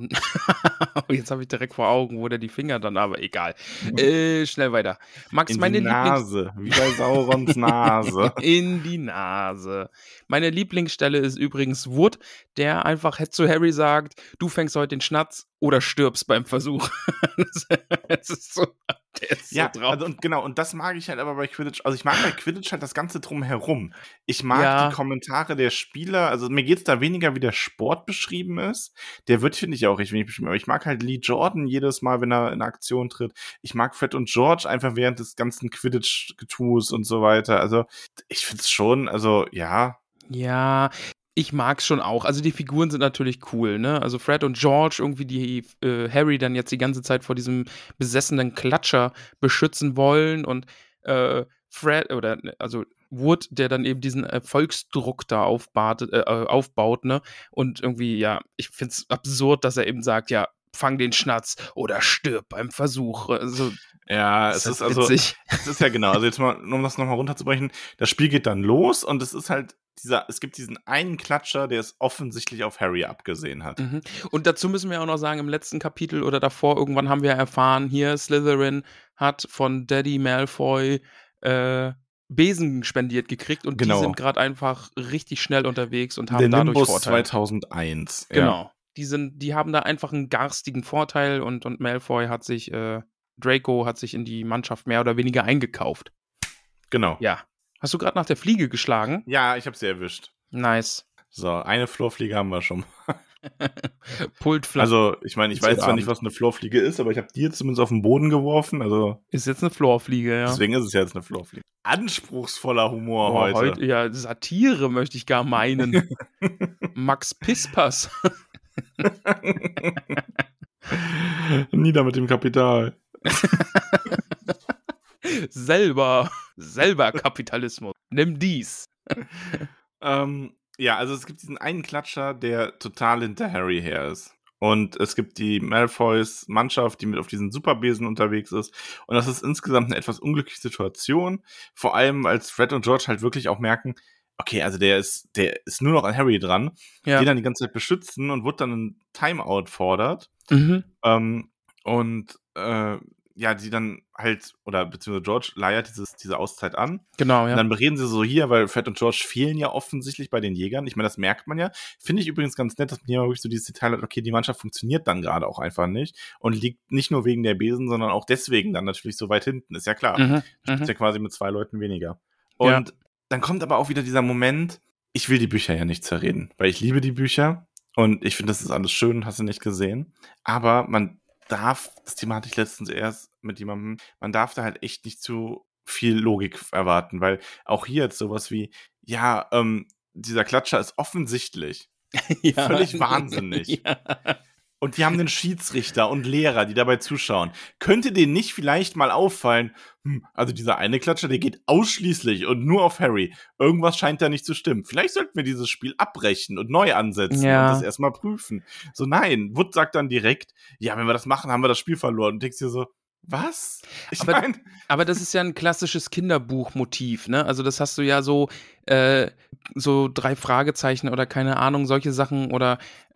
Jetzt habe ich direkt vor Augen, wo der die Finger dann, aber egal. Schnell weiter. Max, in die Nase, wie bei Saurons Nase. In die Nase. Meine Lieblingsstelle ist übrigens Wood, der einfach zu Harry sagt, du fängst heute den Schnatz oder stirbst beim Versuch. Das ist so, der ist ja, so drauf. Also, und das mag ich halt aber bei Quidditch. Also ich mag bei Quidditch halt das Ganze drumherum. Ich mag die Kommentare der Spieler. Also mir geht's da weniger, wie der Sport beschrieben ist. Der wird, finde ich, auch richtig wenig beschrieben. Aber ich mag halt Lee Jordan jedes Mal, wenn er in Aktion tritt. Ich mag Fred und George einfach während des ganzen Quidditch-Getus und so weiter. Also ich find's schon, also ja. Ja, ich mag's schon auch. Also die Figuren sind natürlich cool, ne? Also Fred und George, irgendwie die Harry dann jetzt die ganze Zeit vor diesem besessenen Klatscher beschützen wollen und Wood, der dann eben diesen Erfolgsdruck da aufbaut, ne? Und irgendwie, ja, ich find's absurd, dass er eben sagt, ja, fang den Schnatz oder stirb beim Versuch. Also, ja, es ist ja genau, also jetzt mal, um das nochmal runterzubrechen, das Spiel geht dann los und es ist halt es gibt diesen einen Klatscher, der es offensichtlich auf Harry abgesehen hat. Mhm. Und dazu müssen wir auch noch sagen, im letzten Kapitel oder davor, irgendwann haben wir erfahren, hier Slytherin hat von Daddy Malfoy Besen spendiert gekriegt und die sind gerade einfach richtig schnell unterwegs und haben dadurch Nimbus Vorteile. 2001. Genau. Ja. Die haben da einfach einen garstigen Vorteil und Malfoy hat sich, Draco hat sich in die Mannschaft mehr oder weniger eingekauft. Genau. Ja. Hast du gerade nach der Fliege geschlagen? Ja, ich habe sie erwischt. Nice. So, eine Florfliege haben wir schon. Pultflamme. Also, ich meine, ich weiß zwar nicht, was eine Florfliege ist, aber ich habe die jetzt zumindest auf den Boden geworfen. Also ist jetzt eine Florfliege, ja. Deswegen ist es jetzt eine Florfliege. Anspruchsvoller Humor heute. Ja, Satire möchte ich gar meinen. Max Pispas. Nieder mit dem Kapital. Selber Selber Kapitalismus. Nimm dies. Ja, also es gibt diesen einen Klatscher, der total hinter Harry her ist. Und es gibt die Malfoys Mannschaft, die mit auf diesen Superbesen unterwegs ist. Und das ist insgesamt eine etwas unglückliche Situation. Vor allem, als Fred und George halt wirklich auch merken, okay, also der ist nur noch an Harry dran, den dann die ganze Zeit beschützen und wird dann ein Timeout fordert. Ja, die dann halt, oder beziehungsweise George leiert diese Auszeit an. Genau, ja. Und dann bereden sie so hier, weil Fred und George fehlen ja offensichtlich bei den Jägern. Ich meine, das merkt man ja. Finde ich übrigens ganz nett, dass man hier mal wirklich so dieses Detail hat, okay, die Mannschaft funktioniert dann gerade auch einfach nicht und liegt nicht nur wegen der Besen, sondern auch deswegen dann natürlich so weit hinten. Ist ja klar. Ist ja quasi mit 2 Leuten weniger. Und dann kommt aber auch wieder dieser Moment, ich will die Bücher ja nicht zerreden, weil ich liebe die Bücher und ich finde, das ist alles schön, hast du nicht gesehen. Aber man darf, das Thema hatte ich letztens erst mit jemandem, man darf da halt echt nicht zu viel Logik erwarten, weil auch hier jetzt sowas wie, ja, dieser Klatscher ist offensichtlich völlig wahnsinnig. Ja. Und die haben einen Schiedsrichter und Lehrer, die dabei zuschauen. Könnte denen nicht vielleicht mal auffallen, also dieser eine Klatscher, der geht ausschließlich und nur auf Harry. Irgendwas scheint da nicht zu stimmen. Vielleicht sollten wir dieses Spiel abbrechen und neu ansetzen und das erstmal prüfen. So, nein. Wood sagt dann direkt, ja, wenn wir das machen, haben wir das Spiel verloren. Und denkst dir so, was? Aber das ist ja ein klassisches Kinderbuchmotiv, ne? Also das hast du ja so 3 Fragezeichen oder keine Ahnung, solche Sachen oder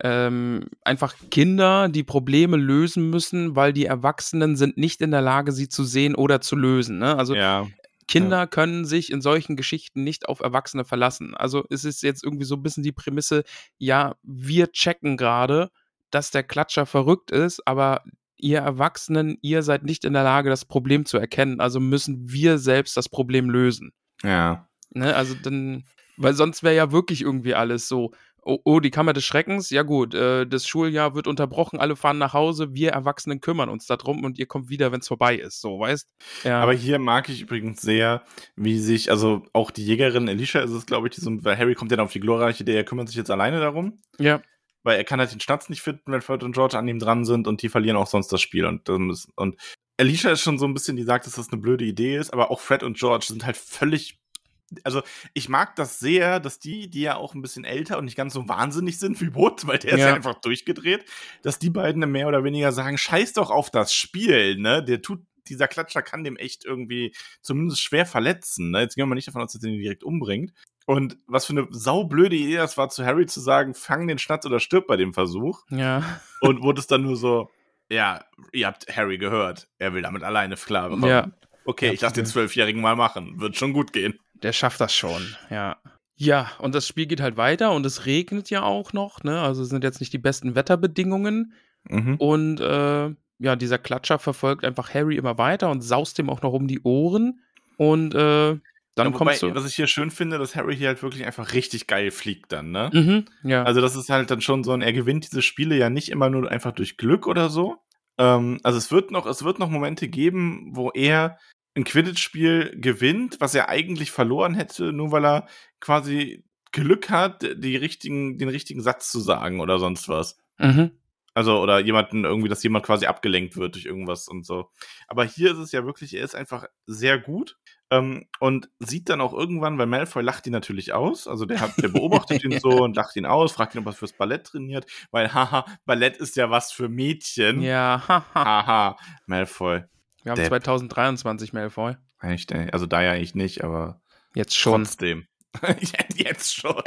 einfach Kinder, die Probleme lösen müssen, weil die Erwachsenen sind nicht in der Lage, sie zu sehen oder zu lösen, ne? Also Kinder können sich in solchen Geschichten nicht auf Erwachsene verlassen. Also es ist jetzt irgendwie so ein bisschen die Prämisse, ja, wir checken gerade, dass der Klatscher verrückt ist, aber ihr Erwachsenen, ihr seid nicht in der Lage, das Problem zu erkennen, also müssen wir selbst das Problem lösen. Ja. Ne, also dann, weil sonst wäre ja wirklich irgendwie alles so, oh, die Kammer des Schreckens, ja gut, das Schuljahr wird unterbrochen, alle fahren nach Hause, wir Erwachsenen kümmern uns darum und ihr kommt wieder, wenn es vorbei ist, so, weißt? Ja. Aber hier mag ich übrigens sehr, wie sich, also auch die Jägerin Alicia ist es, glaube ich, weil Harry kommt ja dann auf die glorreiche Idee, er kümmert sich jetzt alleine darum. Ja. Weil er kann halt den Schnatz nicht finden, wenn Fred und George an ihm dran sind und die verlieren auch sonst das Spiel. Und Alicia ist schon so ein bisschen, die sagt, dass das eine blöde Idee ist, aber auch Fred und George sind halt völlig, also ich mag das sehr, dass die ja auch ein bisschen älter und nicht ganz so wahnsinnig sind wie Wood, weil der ist ja einfach durchgedreht, dass die beiden mehr oder weniger sagen, scheiß doch auf das Spiel, ne, dieser Klatscher kann dem echt irgendwie zumindest schwer verletzen, ne, jetzt gehen wir mal nicht davon aus, dass er den direkt umbringt. Und was für eine saublöde Idee das war, zu Harry zu sagen, fang den Schnatz oder stirb bei dem Versuch. Ja. Und wurde es dann nur so, ja, ihr habt Harry gehört, er will damit alleine klarkommen. Ja. Okay, ich lasse den 12-Jährigen mal machen, wird schon gut gehen. Der schafft das schon, ja. Ja, und das Spiel geht halt weiter und es regnet ja auch noch, ne, also es sind jetzt nicht die besten Wetterbedingungen. Und dieser Klatscher verfolgt einfach Harry immer weiter und saust ihm auch noch um die Ohren und dann kommst du. Was ich hier schön finde, dass Harry hier halt wirklich einfach richtig geil fliegt dann, ne? Ja. Also das ist halt dann schon so er gewinnt diese Spiele ja nicht immer nur einfach durch Glück oder so. Also es wird noch Momente geben, wo er ein Quidditch-Spiel gewinnt, was er eigentlich verloren hätte, nur weil er quasi Glück hat, den richtigen Satz zu sagen oder sonst was. Also, oder dass jemand quasi abgelenkt wird durch irgendwas und so. Aber hier ist es ja wirklich, er ist einfach sehr gut und sieht dann auch irgendwann, weil Malfoy lacht ihn natürlich aus, also der beobachtet ihn so und lacht ihn aus, fragt ihn, ob er fürs Ballett trainiert, weil, haha, Ballett ist ja was für Mädchen. Ja, haha, Malfoy. Wir haben 2023, Malfoy. Echt, ey. Also da ja eigentlich nicht, aber jetzt schon. Trotzdem. Jetzt schon.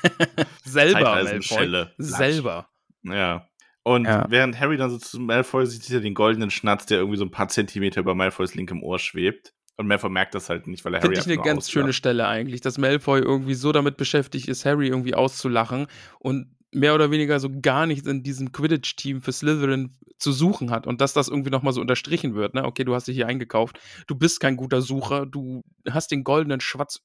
Selber, Malfoy. Selber. Ja. Und während Harry dann so zu Malfoy sieht er den goldenen Schnatz, der irgendwie so ein paar Zentimeter über Malfoys linkem Ohr schwebt. Und Malfoy merkt das halt nicht, weil er Harry Finde ich eine ganz schöne Stelle eigentlich, dass Malfoy irgendwie so damit beschäftigt ist, Harry irgendwie auszulachen und mehr oder weniger so gar nichts in diesem Quidditch-Team für Slytherin zu suchen hat und dass das irgendwie nochmal so unterstrichen wird, ne? Okay, du hast dich hier eingekauft, du bist kein guter Sucher, du hast den goldenen Schwatz.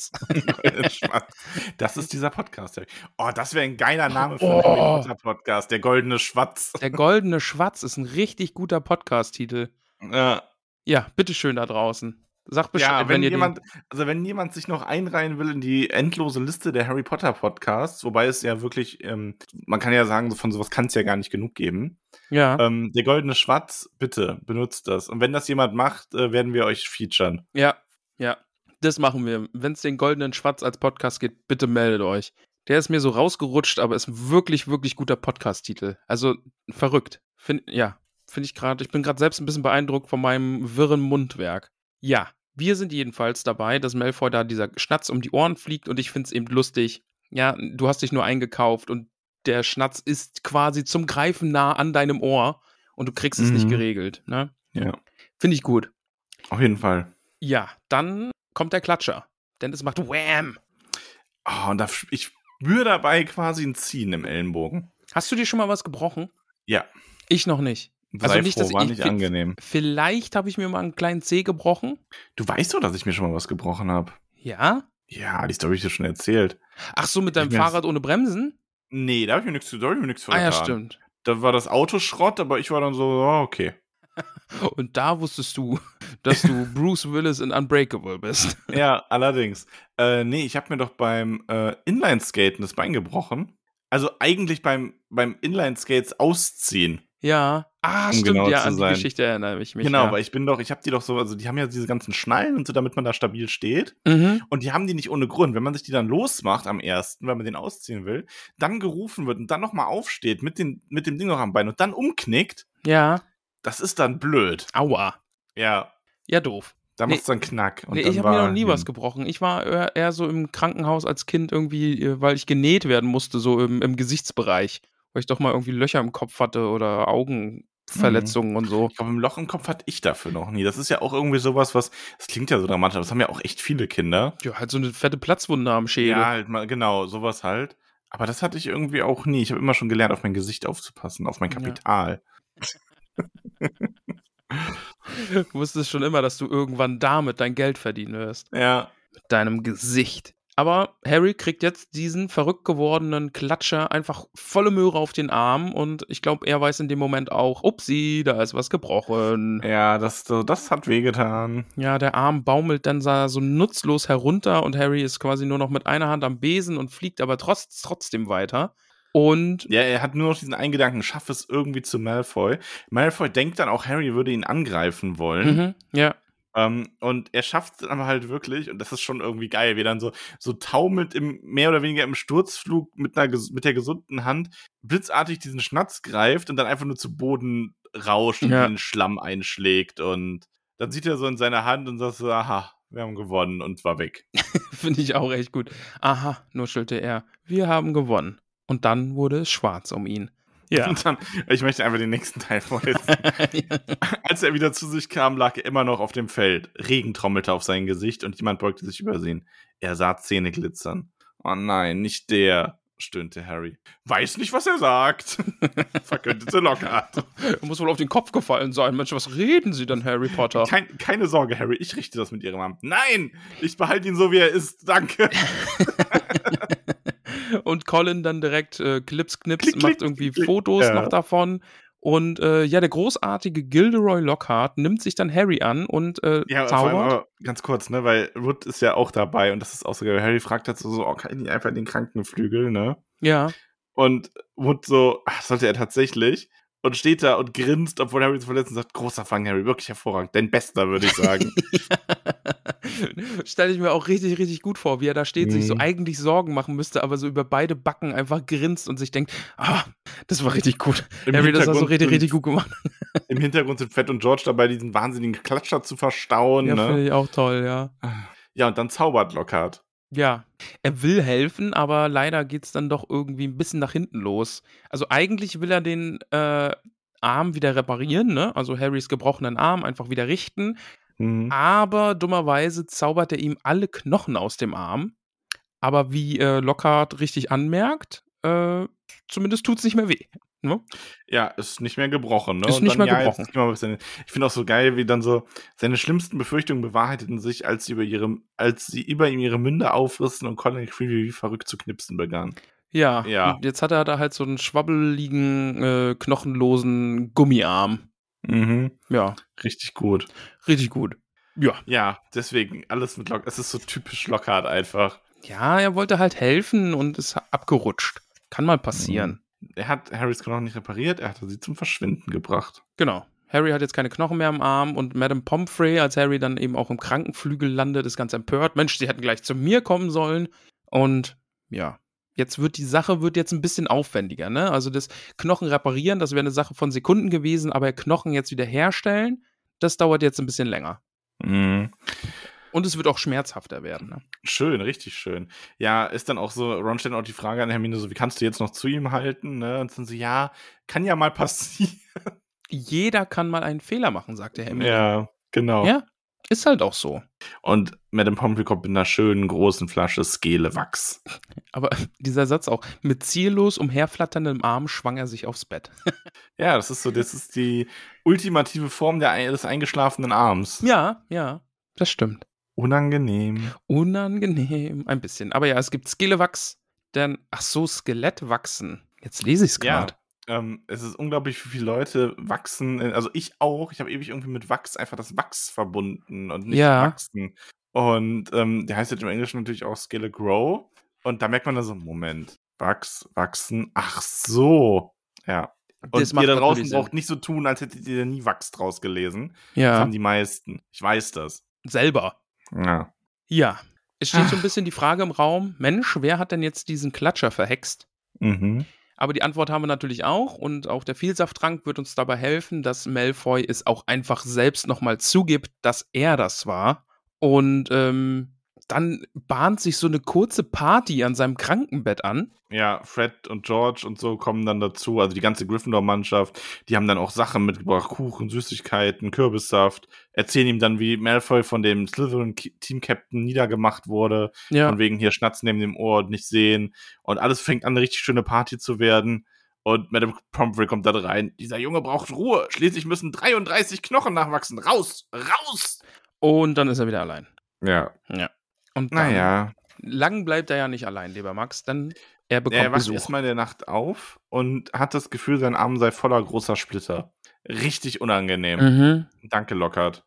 Das ist dieser Podcast. Oh, das wäre ein geiler Name für einen Harry Potter Podcast, der goldene Schwatz. Der goldene Schwatz ist ein richtig guter Podcast-Titel. Ja, bitteschön da draußen. Sag Bescheid, ja, wenn jemand sich noch einreihen will in die endlose Liste der Harry Potter Podcasts, wobei es ja wirklich, man kann ja sagen, von sowas kann es ja gar nicht genug geben. Ja. Der goldene Schwatz, bitte, benutzt das. Und wenn das jemand macht, werden wir euch featuren. Ja. Das machen wir. Wenn es den Goldenen Schwatz als Podcast gibt, bitte meldet euch. Der ist mir so rausgerutscht, aber ist ein wirklich, wirklich guter Podcast-Titel. Also verrückt. Finde ich gerade. Ich bin gerade selbst ein bisschen beeindruckt von meinem wirren Mundwerk. Ja, wir sind jedenfalls dabei, dass Malfoy da dieser Schnatz um die Ohren fliegt und ich finde es eben lustig. Ja, du hast dich nur eingekauft und der Schnatz ist quasi zum Greifen nah an deinem Ohr und du kriegst es nicht geregelt. Ne? Ja. Finde ich gut. Auf jeden Fall. Ja, dann kommt der Klatscher. Denn es macht Wham! Oh, und ich spüre dabei quasi ein Ziehen im Ellenbogen. Hast du dir schon mal was gebrochen? Ja. Ich noch nicht. Sei froh, war nicht angenehm. Vielleicht habe ich mir mal einen kleinen Zeh gebrochen. Du weißt doch, dass ich mir schon mal was gebrochen habe. Ja? Ja, die Story habe ich dir schon erzählt. Ach so, mit deinem Fahrrad ohne Bremsen? Nee, da habe ich mir nichts von Ah ja, stimmt. Da war das Auto Schrott, aber ich war dann so, oh, okay. Und da wusstest du, dass du Bruce Willis in Unbreakable bist. Ja, allerdings. Nee, ich habe mir doch beim Inlineskaten das Bein gebrochen. Also eigentlich beim Inlineskates ausziehen. Ja. Ah, stimmt, genau ja, zu an die sein. Geschichte erinnere ich mich. Genau, ja. weil ich habe die doch so, also die haben ja diese ganzen Schnallen und so, damit man da stabil steht. Mhm. Und die haben die nicht ohne Grund. Wenn man sich die dann losmacht am ersten, weil man den ausziehen will, dann gerufen wird und dann nochmal aufsteht mit dem Ding noch am Bein und dann umknickt, Ja. das ist dann blöd. Aua. Ja. Ja, doof. Da macht's dann Knack. Und Nee, dann ich habe mir noch nie was gebrochen. Ich war eher so im Krankenhaus als Kind irgendwie, weil ich genäht werden musste, so im Gesichtsbereich. Weil ich doch mal irgendwie Löcher im Kopf hatte oder Augenverletzungen und so. Ich glaube, ein Loch im Kopf hatte ich dafür noch nie. Das ist ja auch irgendwie sowas, das klingt ja so dramatisch, aber das haben ja auch echt viele Kinder. Ja, halt so eine fette Platzwunde am Schädel. Ja, halt mal, genau, sowas halt. Aber das hatte ich irgendwie auch nie. Ich habe immer schon gelernt, auf mein Gesicht aufzupassen, auf mein Kapital. Du wusstest schon immer, dass du irgendwann damit dein Geld verdienen wirst. Ja. Mit deinem Gesicht. Aber Harry kriegt jetzt diesen verrückt gewordenen Klatscher einfach volle Möhre auf den Arm und ich glaube, er weiß in dem Moment auch, upsi, da ist was gebrochen. Ja, das hat wehgetan. Ja, der Arm baumelt dann so nutzlos herunter und Harry ist quasi nur noch mit einer Hand am Besen und fliegt aber trotzdem weiter. Und ja, er hat nur noch diesen einen Gedanken, schaff es irgendwie zu Malfoy. Malfoy denkt dann auch, Harry würde ihn angreifen wollen. Ja. Und er schafft es aber halt wirklich, und das ist schon irgendwie geil, wie er dann so taumelt mehr oder weniger im Sturzflug mit der gesunden Hand blitzartig diesen Schnatz greift und dann einfach nur zu Boden rauscht und den Schlamm einschlägt. Und dann sieht er so in seine Hand und sagt so, aha, wir haben gewonnen und war weg. Finde ich auch echt gut. Aha, nuschelte er, wir haben gewonnen. Und dann wurde es schwarz um ihn. Ja. Und dann, ich möchte einfach den nächsten Teil vorlesen. Als er wieder zu sich kam, lag er immer noch auf dem Feld. Regen trommelte auf sein Gesicht und jemand beugte sich über ihn. Er sah Zähne glitzern. Oh nein, nicht der, stöhnte Harry. Weiß nicht, was er sagt, verkündete Lockhart. Er muss wohl auf den Kopf gefallen sein. Mensch, was reden Sie denn, Harry Potter? Keine Sorge, Harry, ich richte das mit Ihrem Amt. Nein, ich behalte ihn so, wie er ist, danke. Und Colin dann direkt Knips, macht irgendwie Fotos noch davon. Und der großartige Gilderoy Lockhart nimmt sich dann Harry an und zaubert. Aber ganz kurz, ne, weil Wood ist ja auch dabei und das ist auch so geil. Harry fragt dazu so, kann ich einfach den Krankenflügel, ne? Ja. Und Wood so, sollte er tatsächlich. Und steht da und grinst, obwohl Harry zu verletzt und sagt, großer Fang, Harry, wirklich hervorragend. Dein Bester, würde ich sagen. Stelle ich mir auch richtig, richtig gut vor, wie er da steht, sich so eigentlich Sorgen machen müsste, aber so über beide Backen einfach grinst und sich denkt, das war richtig gut. Harry, das hast du richtig, richtig gut gemacht. Im Hintergrund sind Fred und George dabei, diesen wahnsinnigen Klatscher zu verstauen. Ja, ne? Finde ich auch toll, ja. Ja, und dann zaubert Lockhart. Ja, er will helfen, aber leider geht's dann doch irgendwie ein bisschen nach hinten los. Also eigentlich will er den Arm wieder reparieren, ne? Also Harrys gebrochenen Arm einfach wieder richten. Aber dummerweise zaubert er ihm alle Knochen aus dem Arm. Aber wie Lockhart richtig anmerkt, zumindest tut's nicht mehr weh. Ne? Ja, ist nicht mehr gebrochen. Ne? Ist nicht mehr gebrochen. Ich finde auch so geil, wie dann so seine schlimmsten Befürchtungen bewahrheiteten sich, als sie über ihm ihre Münder aufrissen und Colin Creevy wie verrückt zu knipsen begann. Ja. Und jetzt hat er da halt so einen schwabbeligen, knochenlosen Gummiarm. Ja. Richtig gut. Richtig gut. Ja. Ja, deswegen alles mit Lockhart. Es ist so typisch Lockhart einfach. Ja, er wollte halt helfen und ist abgerutscht. Kann mal passieren. Er hat Harrys Knochen nicht repariert, er hatte sie zum Verschwinden gebracht. Genau. Harry hat jetzt keine Knochen mehr am Arm und Madame Pomfrey, als Harry dann eben auch im Krankenflügel landet, ist ganz empört. Mensch, sie hätten gleich zu mir kommen sollen. Und ja, jetzt wird die Sache jetzt ein bisschen aufwendiger, ne? Also das Knochen reparieren, das wäre eine Sache von Sekunden gewesen, aber Knochen jetzt wieder herstellen, das dauert jetzt ein bisschen länger. Mhm. Und es wird auch schmerzhafter werden, ne? Schön, richtig schön. Ja, ist dann auch so, Ron stellt auch die Frage an Hermine so, wie kannst du jetzt noch zu ihm halten, ne? Und dann so, ja, kann ja mal passieren. Jeder kann mal einen Fehler machen, sagt der Hermine. Ja, genau. Ja, ist halt auch so. Und Madame Pomfrey kommt mit einer schönen großen Flasche Skelewachs. Aber dieser Satz auch, mit ziellos umherflatterndem Arm schwang er sich aufs Bett. Ja, das ist die ultimative Form des eingeschlafenen Arms. Ja, das stimmt. Unangenehm. Unangenehm, ein bisschen. Aber ja, es gibt Skelewachs, dann, Skelettwachsen. Jetzt lese ich es gerade. Es ist unglaublich, wie viele Leute wachsen. Also ich auch. Ich habe ewig irgendwie mit Wachs einfach das Wachs verbunden und nicht wachsen. Und der heißt jetzt im Englischen natürlich auch Skele-Grow. Und da merkt man dann so, Moment, wachsen, ach so. Ja. Und ihr da draußen braucht nicht so tun, als hättet ihr nie Wachs draus gelesen. Ja. Das haben die meisten. Ich weiß das. Selber. Ja. Ja. Es steht so ein bisschen die Frage im Raum, Mensch, wer hat denn jetzt diesen Klatscher verhext? Mhm. Aber die Antwort haben wir natürlich auch und auch der Vielsafttrank wird uns dabei helfen, dass Malfoy es auch einfach selbst nochmal zugibt, dass er das war. Und dann bahnt sich so eine kurze Party an seinem Krankenbett an. Ja, Fred und George und so kommen dann dazu, also die ganze Gryffindor-Mannschaft, die haben dann auch Sachen mitgebracht, Kuchen, Süßigkeiten, Kürbissaft, erzählen ihm dann, wie Malfoy von dem Slytherin-Team-Captain niedergemacht wurde, von wegen hier Schnatz neben dem Ohr und nicht sehen und alles fängt an, eine richtig schöne Party zu werden und Madame Pomfrey kommt da rein, dieser Junge braucht Ruhe, schließlich müssen 33 Knochen nachwachsen, raus! Und dann ist er wieder allein. Ja. Und lang bleibt er ja nicht allein, lieber Max, denn er bekommt Besuch. Er wacht erstmal in der Nacht auf und hat das Gefühl, sein Arm sei voller großer Splitter. Richtig unangenehm. Mhm. Danke, Lockhart.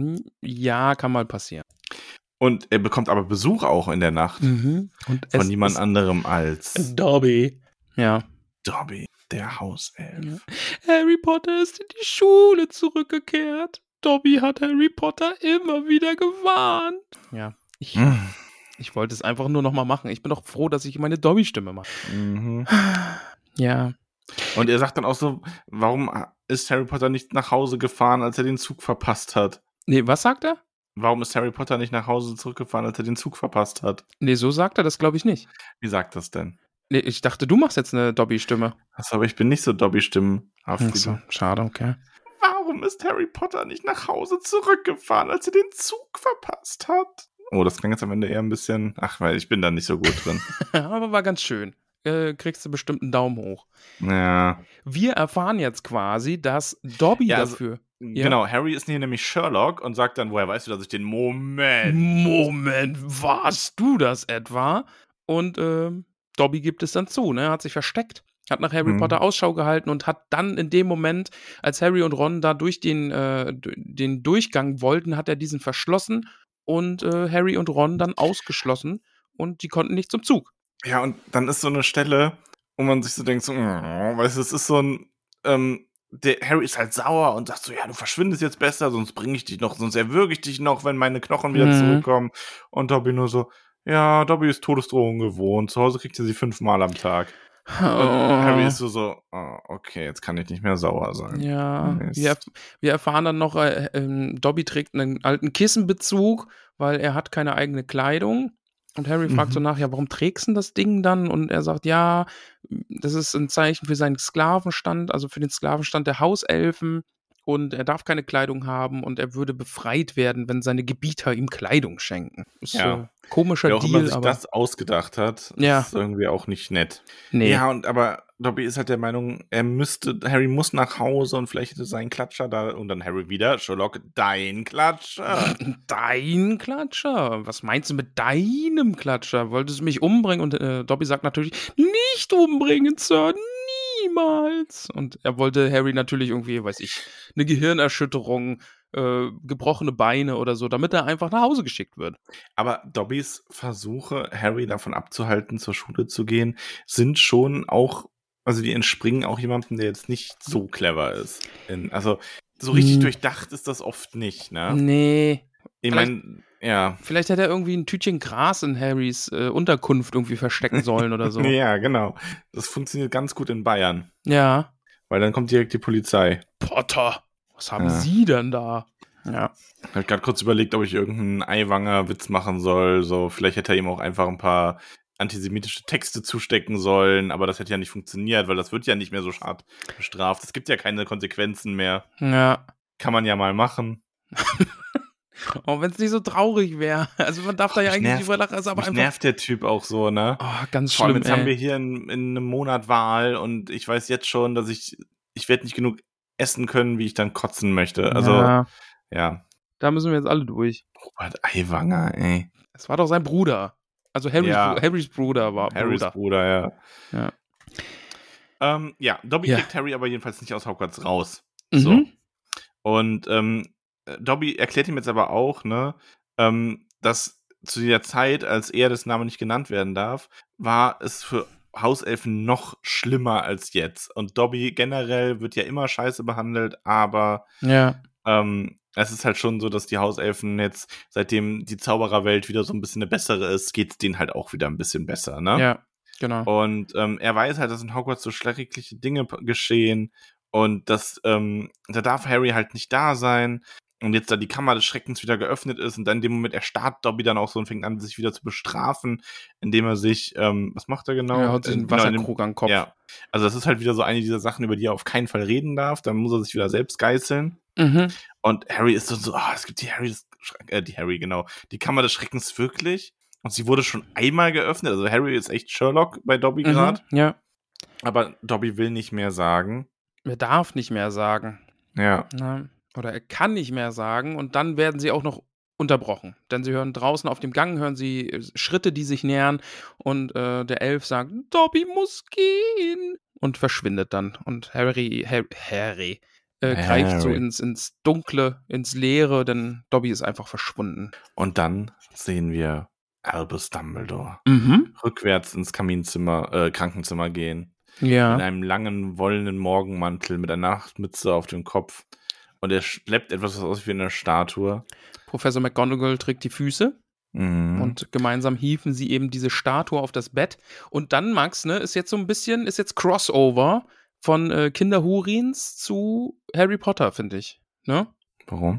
Ja, kann mal passieren. Und er bekommt aber Besuch auch in der Nacht. Mhm. Und von niemand anderem als Dobby. Ja. Dobby, der Hauself. Ja. Harry Potter ist in die Schule zurückgekehrt. Dobby hat Harry Potter immer wieder gewarnt. Ja, ich wollte es einfach nur nochmal machen. Ich bin doch froh, dass ich meine Dobby-Stimme mache. Mhm. Ja. Und er sagt dann auch so, warum ist Harry Potter nicht nach Hause gefahren, als er den Zug verpasst hat? Nee, was sagt er? Warum ist Harry Potter nicht nach Hause zurückgefahren, als er den Zug verpasst hat? Nee, so sagt er das, glaube ich, nicht. Wie sagt das denn? Nee, ich dachte, du machst jetzt eine Dobby-Stimme. Achso, aber ich bin nicht so Dobby-stimmenhaft. So, schade, okay. Warum ist Harry Potter nicht nach Hause zurückgefahren, als er den Zug verpasst hat? Oh, das klang jetzt am Ende eher ein bisschen... Ach, weil ich bin da nicht so gut drin. Aber war ganz schön. Kriegst du bestimmt einen Daumen hoch. Ja. Wir erfahren jetzt quasi, dass Dobby dafür... Genau, Harry ist hier nämlich Sherlock und sagt dann, woher weißt du, dass ich den... Moment, warst du das etwa? Und Dobby gibt es dann zu, ne? Hat sich versteckt. Hat nach Harry Potter Ausschau gehalten und hat dann in dem Moment, als Harry und Ron da durch den Durchgang wollten, hat er diesen verschlossen und Harry und Ron dann ausgeschlossen und die konnten nicht zum Zug. Ja, und dann ist so eine Stelle, wo man sich so denkt, so, weißt du, es ist so ein, der Harry ist halt sauer und sagt so, ja, du verschwindest jetzt besser, sonst bringe ich dich noch, sonst erwürge ich dich noch, wenn meine Knochen wieder zurückkommen. Und Dobby nur so, ja, Dobby ist Todesdrohung gewohnt, zu Hause kriegt er sie 5-mal am Tag. Und Harry ist so, okay, jetzt kann ich nicht mehr sauer sein. Ja, wir erfahren dann noch, Dobby trägt einen alten Kissenbezug, weil er hat keine eigene Kleidung. Und Harry fragt so nach, ja, warum trägst du denn das Ding dann? Und er sagt, ja, das ist ein Zeichen für seinen Sklavenstand, also für den Sklavenstand der Hauselfen. Und er darf keine Kleidung haben und er würde befreit werden, wenn seine Gebieter ihm Kleidung schenken. Ist komischer Wer auch Deal, immer sich aber das ausgedacht hat, ist irgendwie auch nicht nett. Nee. Ja, aber Dobby ist halt der Meinung, Harry muss nach Hause und vielleicht hätte sein Klatscher da und dann Harry wieder, Sherlock, dein Klatscher. Dein Klatscher? Was meinst du mit deinem Klatscher? Wolltest du mich umbringen? Und Dobby sagt natürlich, nicht umbringen, Sir, niemals. Und er wollte Harry natürlich irgendwie, weiß ich, eine Gehirnerschütterung, gebrochene Beine oder so, damit er einfach nach Hause geschickt wird. Aber Dobbys Versuche, Harry davon abzuhalten, zur Schule zu gehen, sind schon auch, also die entspringen auch jemandem, der jetzt nicht so clever ist. Also so richtig durchdacht ist das oft nicht, ne? Nee. Ich meine, ja. Vielleicht hätte er irgendwie ein Tütchen Gras in Harrys Unterkunft irgendwie verstecken sollen oder so. Ja, genau. Das funktioniert ganz gut in Bayern. Ja. Weil dann kommt direkt die Polizei. Potter, was haben Sie denn da? Ja. Ich habe gerade kurz überlegt, ob ich irgendeinen Eiwanger-Witz machen soll. So, vielleicht hätte er ihm auch einfach ein paar antisemitische Texte zustecken sollen, aber das hätte ja nicht funktioniert, weil das wird ja nicht mehr so hart bestraft. Es gibt ja keine Konsequenzen mehr. Ja. Kann man ja mal machen. Oh, wenn es nicht so traurig wäre. Also man darf da ja eigentlich nicht überlachen. Also aber mich einfach nervt der Typ auch so, ne? Oh, ganz Vor allem schlimm, jetzt haben wir hier in einem Monat Wahl und ich weiß jetzt schon, dass ich werde nicht genug essen können, wie ich dann kotzen möchte. Also, ja. Da müssen wir jetzt alle durch. Robert Aiwanger, ey. Es war doch sein Bruder. Also Harrys Bruder war Harrys Bruder, ja. Ja, Dobby kriegt Harry aber jedenfalls nicht aus Hogwarts raus. Mhm. So. Und Dobby erklärt ihm jetzt aber auch, ne, dass zu der Zeit, als er das Name nicht genannt werden darf, war es für Hauselfen noch schlimmer als jetzt. Und Dobby generell wird ja immer scheiße behandelt, aber es ist halt schon so, dass die Hauselfen jetzt, seitdem die Zaubererwelt wieder so ein bisschen eine bessere ist, geht's denen halt auch wieder ein bisschen besser, ne? Ja, genau. Und er weiß halt, dass in Hogwarts so schreckliche Dinge geschehen und dass da darf Harry halt nicht da sein. Und jetzt da die Kammer des Schreckens wieder geöffnet ist und dann in dem Moment erstarrt Dobby dann auch so und fängt an, sich wieder zu bestrafen, indem er sich, was macht er genau? Er haut sich einen Wasserkrug an den Kopf. Ja, also das ist halt wieder so eine dieser Sachen, über die er auf keinen Fall reden darf. Dann muss er sich wieder selbst geißeln. Mhm. Und Harry ist so, es gibt die Kammer des Schreckens wirklich. Und sie wurde schon einmal geöffnet. Also Harry ist echt Sherlock bei Dobby gerade. Ja. Aber Dobby will nicht mehr sagen. Er darf nicht mehr sagen. Ja. Oder er kann nicht mehr sagen und dann werden sie auch noch unterbrochen. Denn sie hören draußen auf dem Gang, hören sie Schritte, die sich nähern und der Elf sagt, Dobby muss gehen und verschwindet dann. Und Harry greift so ins Dunkle, ins Leere, denn Dobby ist einfach verschwunden. Und dann sehen wir Albus Dumbledore rückwärts ins Krankenzimmer gehen. Ja. In einem langen, wollenen Morgenmantel mit einer Nachtmütze auf dem Kopf. Und er schleppt etwas, was aussieht wie eine Statue. Professor McGonagall trägt die Füße. Und gemeinsam hieven sie eben diese Statue auf das Bett. Und dann, Max, ist jetzt so ein bisschen, Crossover von Kinderhurins zu Harry Potter, finde ich. Ne? Warum?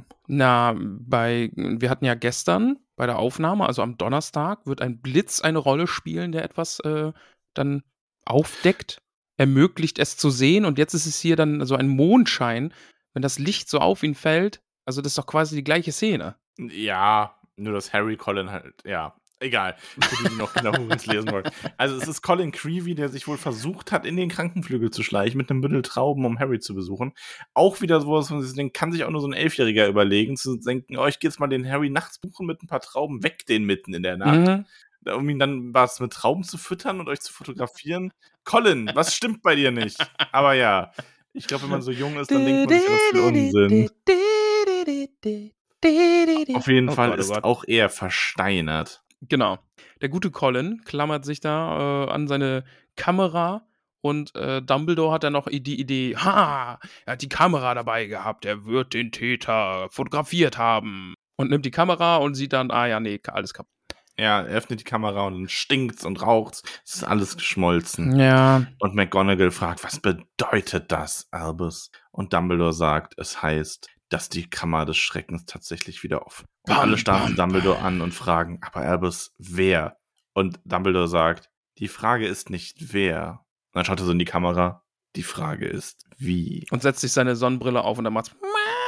Wir hatten ja gestern bei der Aufnahme, also am Donnerstag, wird ein Blitz eine Rolle spielen, der etwas dann aufdeckt, ermöglicht es zu sehen. Und jetzt ist es hier dann so ein Mondschein, wenn das Licht so auf ihn fällt. Also das ist doch quasi die gleiche Szene. Ja, nur dass Harry Colin halt, ja, egal, für die noch Kinderhurins lesen wollen. Also es ist Colin Creevy, der sich wohl versucht hat, in den Krankenflügel zu schleichen mit einem Bündel Trauben, um Harry zu besuchen. Auch wieder sowas, den kann sich auch nur so ein Elfjähriger überlegen, zu denken, ich gehe jetzt mal den Harry nachts buchen mit ein paar Trauben, weg den mitten in der Nacht. Um ihn dann was mit Trauben zu füttern und euch zu fotografieren. Colin, was stimmt bei dir nicht? Aber ja, ich glaube, wenn man so jung ist, dann denkt man sich auch viel Unsinn. Auf jeden Fall ist auch er versteinert. Genau. Der gute Colin klammert sich da an seine Kamera und Dumbledore hat dann noch die Idee, er hat die Kamera dabei gehabt, er wird den Täter fotografiert haben. Und nimmt die Kamera und sieht dann, alles kaputt. Ja, er öffnet die Kamera und dann stinkt's und raucht's. Es ist alles geschmolzen. Ja. Und McGonagall fragt, was bedeutet das, Albus? Und Dumbledore sagt, es heißt, dass die Kammer des Schreckens tatsächlich wieder offen. Und alle starren Dumbledore an und fragen, aber Albus, wer? Und Dumbledore sagt, die Frage ist nicht wer. Und dann schaut er so in die Kamera, die Frage ist wie. Und setzt sich seine Sonnenbrille auf und dann macht's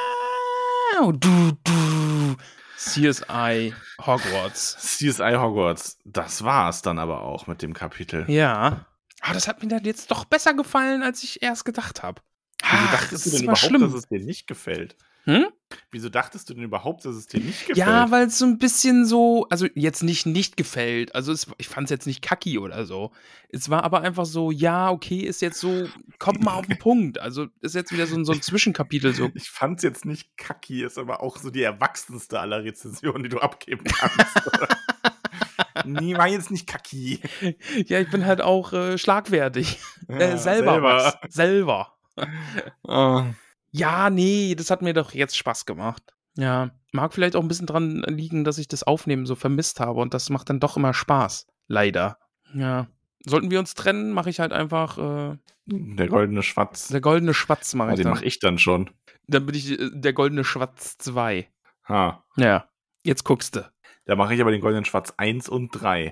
CSI Hogwarts. Das war's dann aber auch mit dem Kapitel. Ja. Aber das hat mir dann jetzt doch besser gefallen, als ich erst gedacht habe. Wieso dachtest du denn überhaupt, dass es dir nicht gefällt? Wieso dachtest du denn überhaupt, dass es dir nicht gefällt? Ja, weil es so ein bisschen so, also jetzt nicht gefällt. Also ich fand es jetzt nicht kacki oder so. Es war aber einfach so, ja, okay, ist jetzt so, kommt mal auf den Punkt. Also ist jetzt wieder so ein Zwischenkapitel. So. Ich fand es jetzt nicht kacki, ist aber auch so die erwachsenste aller Rezensionen, die du abgeben kannst. Nee, war jetzt nicht kacki. Ja, ich bin halt auch schlagfertig. Ja, selber. Oh. Ja, nee, das hat mir doch jetzt Spaß gemacht. Ja, mag vielleicht auch ein bisschen dran liegen, dass ich das Aufnehmen so vermisst habe und das macht dann doch immer Spaß. Leider. Ja. Sollten wir uns trennen, mache ich halt einfach Der goldene Schwatz. der goldene Schwatz mache Ja, ich den dann. mache ich dann schon. Dann bin ich der goldene Schwatz 2. Ha. Ja, jetzt guckst du. Da mache ich aber den goldenen Schwatz 1 und 3.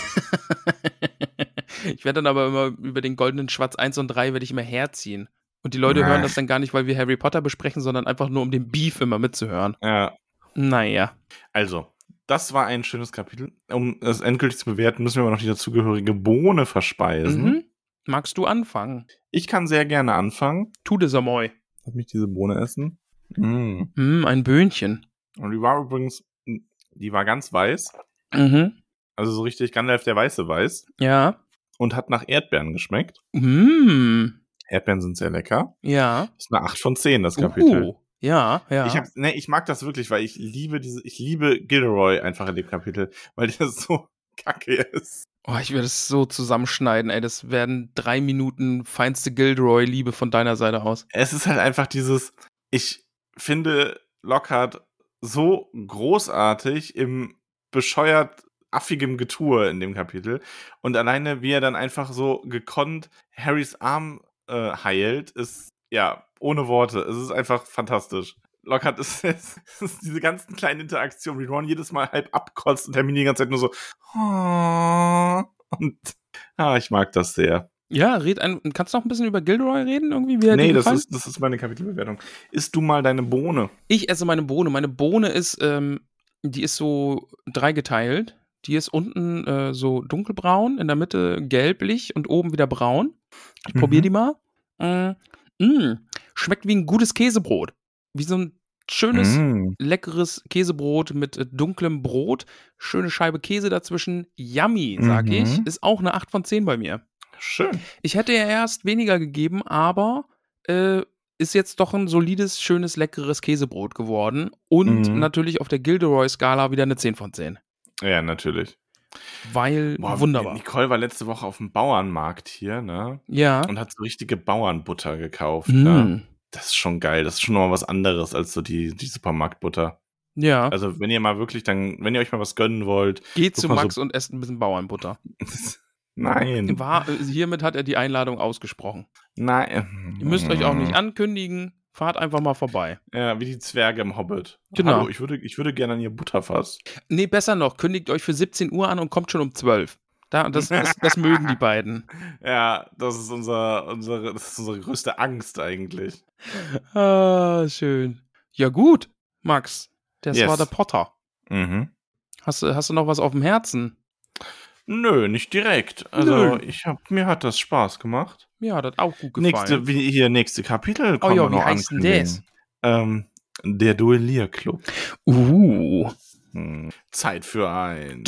Ich werde dann aber immer über den goldenen Schwatz 1 und 3 werde ich immer herziehen. Und die Leute hören das dann gar nicht, weil wir Harry Potter besprechen, sondern einfach nur, um den Beef immer mitzuhören. Ja. Naja. Also, das war ein schönes Kapitel. Um es endgültig zu bewerten, müssen wir aber noch die dazugehörige Bohne verspeisen. Mhm. Magst du anfangen? Ich kann sehr gerne anfangen. Tu das einmal. Lass mich diese Bohne essen. Ein Böhnchen. Und die war übrigens, die war ganz weiß. Mhm. Also so richtig Gandalf der Weiße weiß. Ja. Und hat nach Erdbeeren geschmeckt. Erdbeeren sind sehr lecker. Ja. Das ist eine 8 von 10, das Kapitel. Ja. Ich mag das wirklich, weil ich liebe Gilderoy einfach in dem Kapitel, weil der so kacke ist. Oh, ich werde es so zusammenschneiden, ey. Das werden 3 Minuten feinste Gilderoy-Liebe von deiner Seite aus. Es ist halt einfach ich finde Lockhart so großartig im bescheuert affigem Getue in dem Kapitel. Und alleine, wie er dann einfach so gekonnt Harrys Arm heilt, ist, ja, ohne Worte. Es ist einfach fantastisch. Lockhart ist diese ganzen kleinen Interaktionen, wie Ron jedes Mal halb abkotzt und Hermine die ganze Zeit nur so und ich mag das sehr. Ja, kannst du noch ein bisschen über Gilderoy reden irgendwie? Nee, das ist meine Kapitelbewertung. Isst du mal deine Bohne? Ich esse meine Bohne. Meine Bohne ist, die ist so dreigeteilt. Die ist unten so dunkelbraun, in der Mitte gelblich und oben wieder braun. Ich probiere die mal. Schmeckt wie ein gutes Käsebrot. Wie so ein schönes, leckeres Käsebrot mit dunklem Brot. Schöne Scheibe Käse dazwischen. Yummy, sag ich. Ist auch eine 8 von 10 bei mir. Schön. Ich hätte ja erst weniger gegeben, aber ist jetzt doch ein solides, schönes, leckeres Käsebrot geworden. Und natürlich auf der Gilderoy-Skala wieder eine 10 von 10. Ja, natürlich. Weil, wunderbar. Nicole war letzte Woche auf dem Bauernmarkt hier, ne? Ja. Und hat so richtige Bauernbutter gekauft, ne? Das ist schon geil. Das ist schon nochmal was anderes als so die Supermarktbutter. Ja. Also, wenn ihr mal wirklich wenn ihr euch mal was gönnen wollt. Geht zu Max und esst ein bisschen Bauernbutter. Nein. Hiermit hat er die Einladung ausgesprochen. Nein. Ihr müsst euch auch nicht ankündigen. Fahrt einfach mal vorbei. Ja, wie die Zwerge im Hobbit. Genau. Hallo, ich würde gerne an ihr Butterfass. Nee, besser noch. Kündigt euch für 17 Uhr an und kommt schon um 12. Das mögen die beiden. Ja, das ist unsere größte Angst eigentlich. Ah, schön. Ja gut, Max. Das war der Potter. Hast du noch was auf dem Herzen? Nö, nicht direkt. Also, mir hat das Spaß gemacht. Mir hat das auch gut gefallen. Nächste Kapitel. Wie heißt denn das? Der Duellierclub. Zeit für ein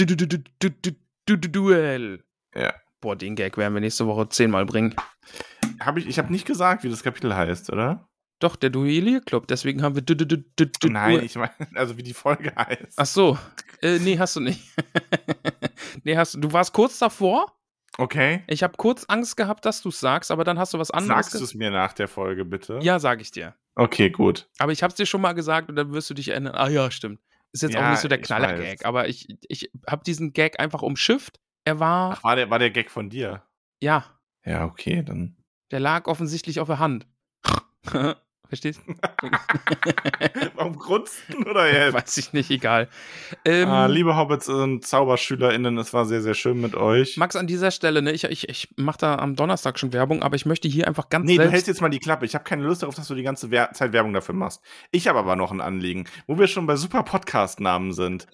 Duell. Ja. Boah, den Gag werden wir nächste Woche 10-mal bringen. Ich habe nicht gesagt, wie das Kapitel heißt, oder? Doch, der Duellierclub. Deswegen haben wir Nein, ich meine, also wie die Folge heißt. Ach so. Nee, hast du nicht. Du warst kurz davor. Okay. Ich habe kurz Angst gehabt, dass du es sagst, aber dann hast du was anderes. Sagst du es mir nach der Folge, bitte? Ja, sag ich dir. Okay, gut. Aber ich hab's dir schon mal gesagt und dann wirst du dich erinnern. Ah ja, stimmt. Ist jetzt auch nicht so der Knaller-Gag, aber ich habe diesen Gag einfach umschifft. War der Gag von dir? Ja. Ja, okay, dann. Der lag offensichtlich auf der Hand. Verstehst du? Warum grunzen oder jetzt? Weiß ich nicht, egal. Liebe Hobbits und ZauberschülerInnen, es war sehr, sehr schön mit euch. Max, an dieser Stelle, ne, ich mache da am Donnerstag schon Werbung, aber ich möchte hier einfach ganz du hältst jetzt mal die Klappe. Ich habe keine Lust darauf, dass du die ganze Zeit Werbung dafür machst. Ich habe aber noch ein Anliegen, wo wir schon bei super Podcast-Namen sind.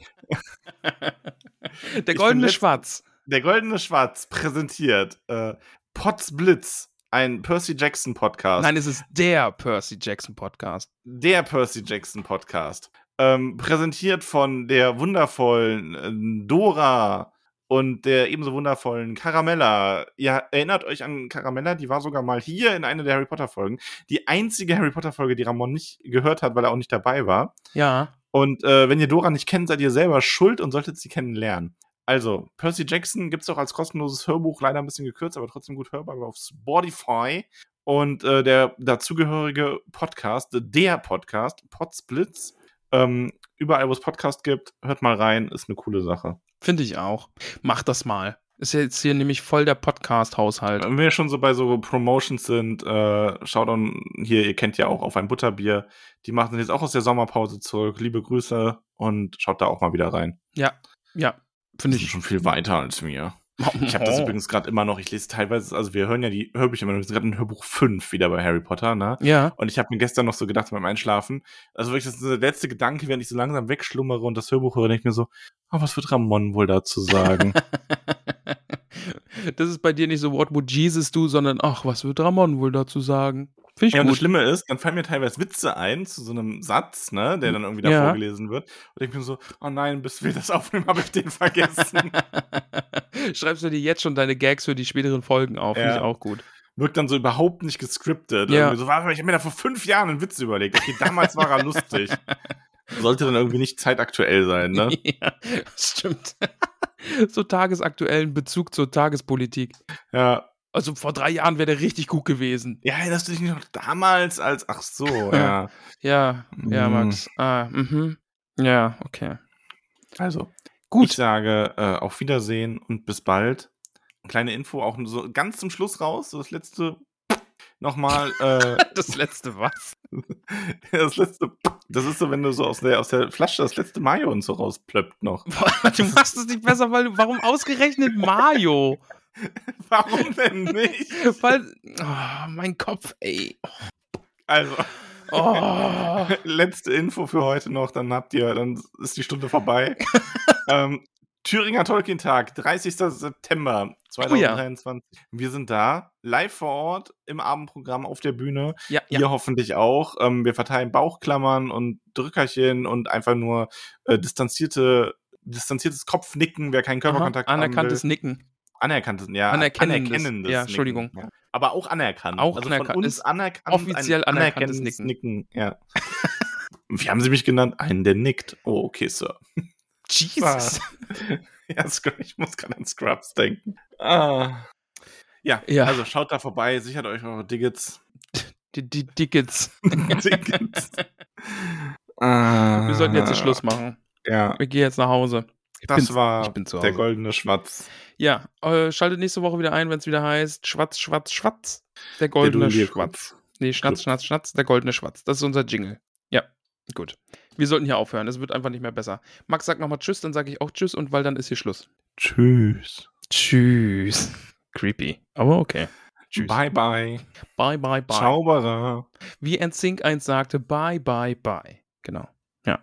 Der goldene Schwarz. Der goldene Schwarz präsentiert Potts Blitz. Ein Percy Jackson Podcast. Nein, es ist der Percy Jackson Podcast. Der Percy Jackson Podcast. Präsentiert von der wundervollen Dora und der ebenso wundervollen Caramella. Ihr erinnert euch an Caramella, die war sogar mal hier in einer der Harry Potter Folgen. Die einzige Harry Potter Folge, die Ramon nicht gehört hat, weil er auch nicht dabei war. Ja. Und wenn ihr Dora nicht kennt, seid ihr selber schuld und solltet sie kennenlernen. Also, Percy Jackson gibt es auch als kostenloses Hörbuch, leider ein bisschen gekürzt, aber trotzdem gut hörbar auf Spotify. Und der dazugehörige Podcast, der Podcast, Podsplitz, überall, wo es Podcast gibt, hört mal rein, ist eine coole Sache. Finde ich auch. Mach das mal. Ist ja jetzt hier nämlich voll der Podcast-Haushalt. Wenn wir schon so bei so Promotions sind, schaut dann hier, ihr kennt ja auch Auf ein Butterbier, die machen jetzt auch aus der Sommerpause zurück. Liebe Grüße und schaut da auch mal wieder rein. Ja, finde Die sind ich. schon viel weiter als mir. Ich habe das übrigens gerade immer noch, ich lese teilweise, also wir hören ja die Hörbücher immer, wir sind gerade in Hörbuch 5 wieder bei Harry Potter, ne? Ja. Und ich habe mir gestern noch so gedacht beim Einschlafen, also wirklich, das ist der letzte Gedanke, während ich so langsam wegschlummere und das Hörbuch höre, denke ich mir so, was wird Ramon wohl dazu sagen? Das ist bei dir nicht so, what would Jesus do, sondern, ach, was wird Ramon wohl dazu sagen? Finde ich Ja, und das gut. Schlimme ist, dann fallen mir teilweise Witze ein zu so einem Satz, ne, der dann irgendwie da Ja. vorgelesen wird. Und ich bin so, oh nein, bis wir das aufnehmen, habe ich den vergessen. Schreibst du dir jetzt schon deine Gags für die späteren Folgen auf? Finde ich Ja. auch gut. Wirkt dann so überhaupt nicht gescriptet. Ja. Irgendwie so, warte mal, ich habe mir da vor 5 Jahren einen Witz überlegt. Okay, damals war er lustig. Sollte dann irgendwie nicht zeitaktuell sein, ne? Ja, stimmt. So tagesaktuellen Bezug zur Tagespolitik. Ja. Also vor 3 Jahren wäre der richtig gut gewesen. Ja, erinnerst du dich nicht noch damals als, ach so, ja. Ja, Max. Ja, okay. Also, Gut. ich sage auf Wiedersehen und bis bald. Kleine Info, auch so ganz zum Schluss raus, so das letzte nochmal. Das letzte was? Das letzte, das ist so, wenn du so aus der Flasche das letzte Mayo und so rausplöppt noch. Du machst es nicht besser, warum ausgerechnet Mayo? Warum denn nicht? Weil, mein Kopf, ey. Also, Oh. letzte Info für heute noch, dann ist die Stunde vorbei. Thüringer Tolkien-Tag, 30. September 2023. Wir sind da, live vor Ort, im Abendprogramm auf der Bühne. Ja. Ihr hoffentlich auch. Wir verteilen Bauchklammern und Drückerchen und einfach nur distanziertes Kopfnicken, wer keinen Körperkontakt haben will. Anerkanntes Nicken. Anerkanntes Anerkennendes. Ja, Entschuldigung. Nicken, ja. Aber auch anerkannt. Auch also anerkannt. von uns Ist anerkannt. offiziell ein anerkanntes Nicken. Ja. Wie haben sie mich genannt? Einen, der nickt. Oh, okay, Sir. Jesus. Ja, ich muss gerade an Scrubs denken. Ja, also schaut da vorbei, sichert euch eure Tickets. Die Tickets. Tickets. Wir sollten jetzt den Schluss machen. Ja. Wir gehen jetzt nach Hause. Ich bin zu Hause. Der goldene Schwatz. Ja, schaltet nächste Woche wieder ein, wenn es wieder heißt Schwatz, Schwatz, Schwatz. Der goldene Schwatz. Nee, Schnatz, Schnatz, Schnatz, der goldene Schwatz. Das ist unser Jingle. Ja, gut. Wir sollten hier aufhören. Es wird einfach nicht mehr besser. Max sagt nochmal Tschüss, dann sage ich auch Tschüss und weil dann ist hier Schluss. Tschüss. Tschüss. Creepy. Aber okay. Tschüss. Bye, bye. Bye, bye, bye. Zauberer. Wie NSYNC eins sagte, bye, bye, bye. Genau. Ja.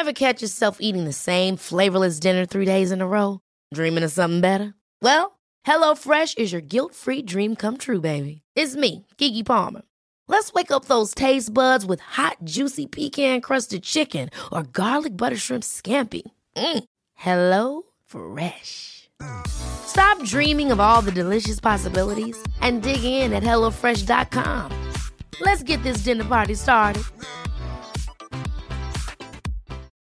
Ever catch yourself eating the same flavorless dinner 3 days in a row? Dreaming of something better? Well, HelloFresh is your guilt-free dream come true, baby. It's me, Keke Palmer. Let's wake up those taste buds with hot, juicy pecan-crusted chicken or garlic butter shrimp scampi. HelloFresh. Stop dreaming of all the delicious possibilities and dig in at HelloFresh.com. Let's get this dinner party started.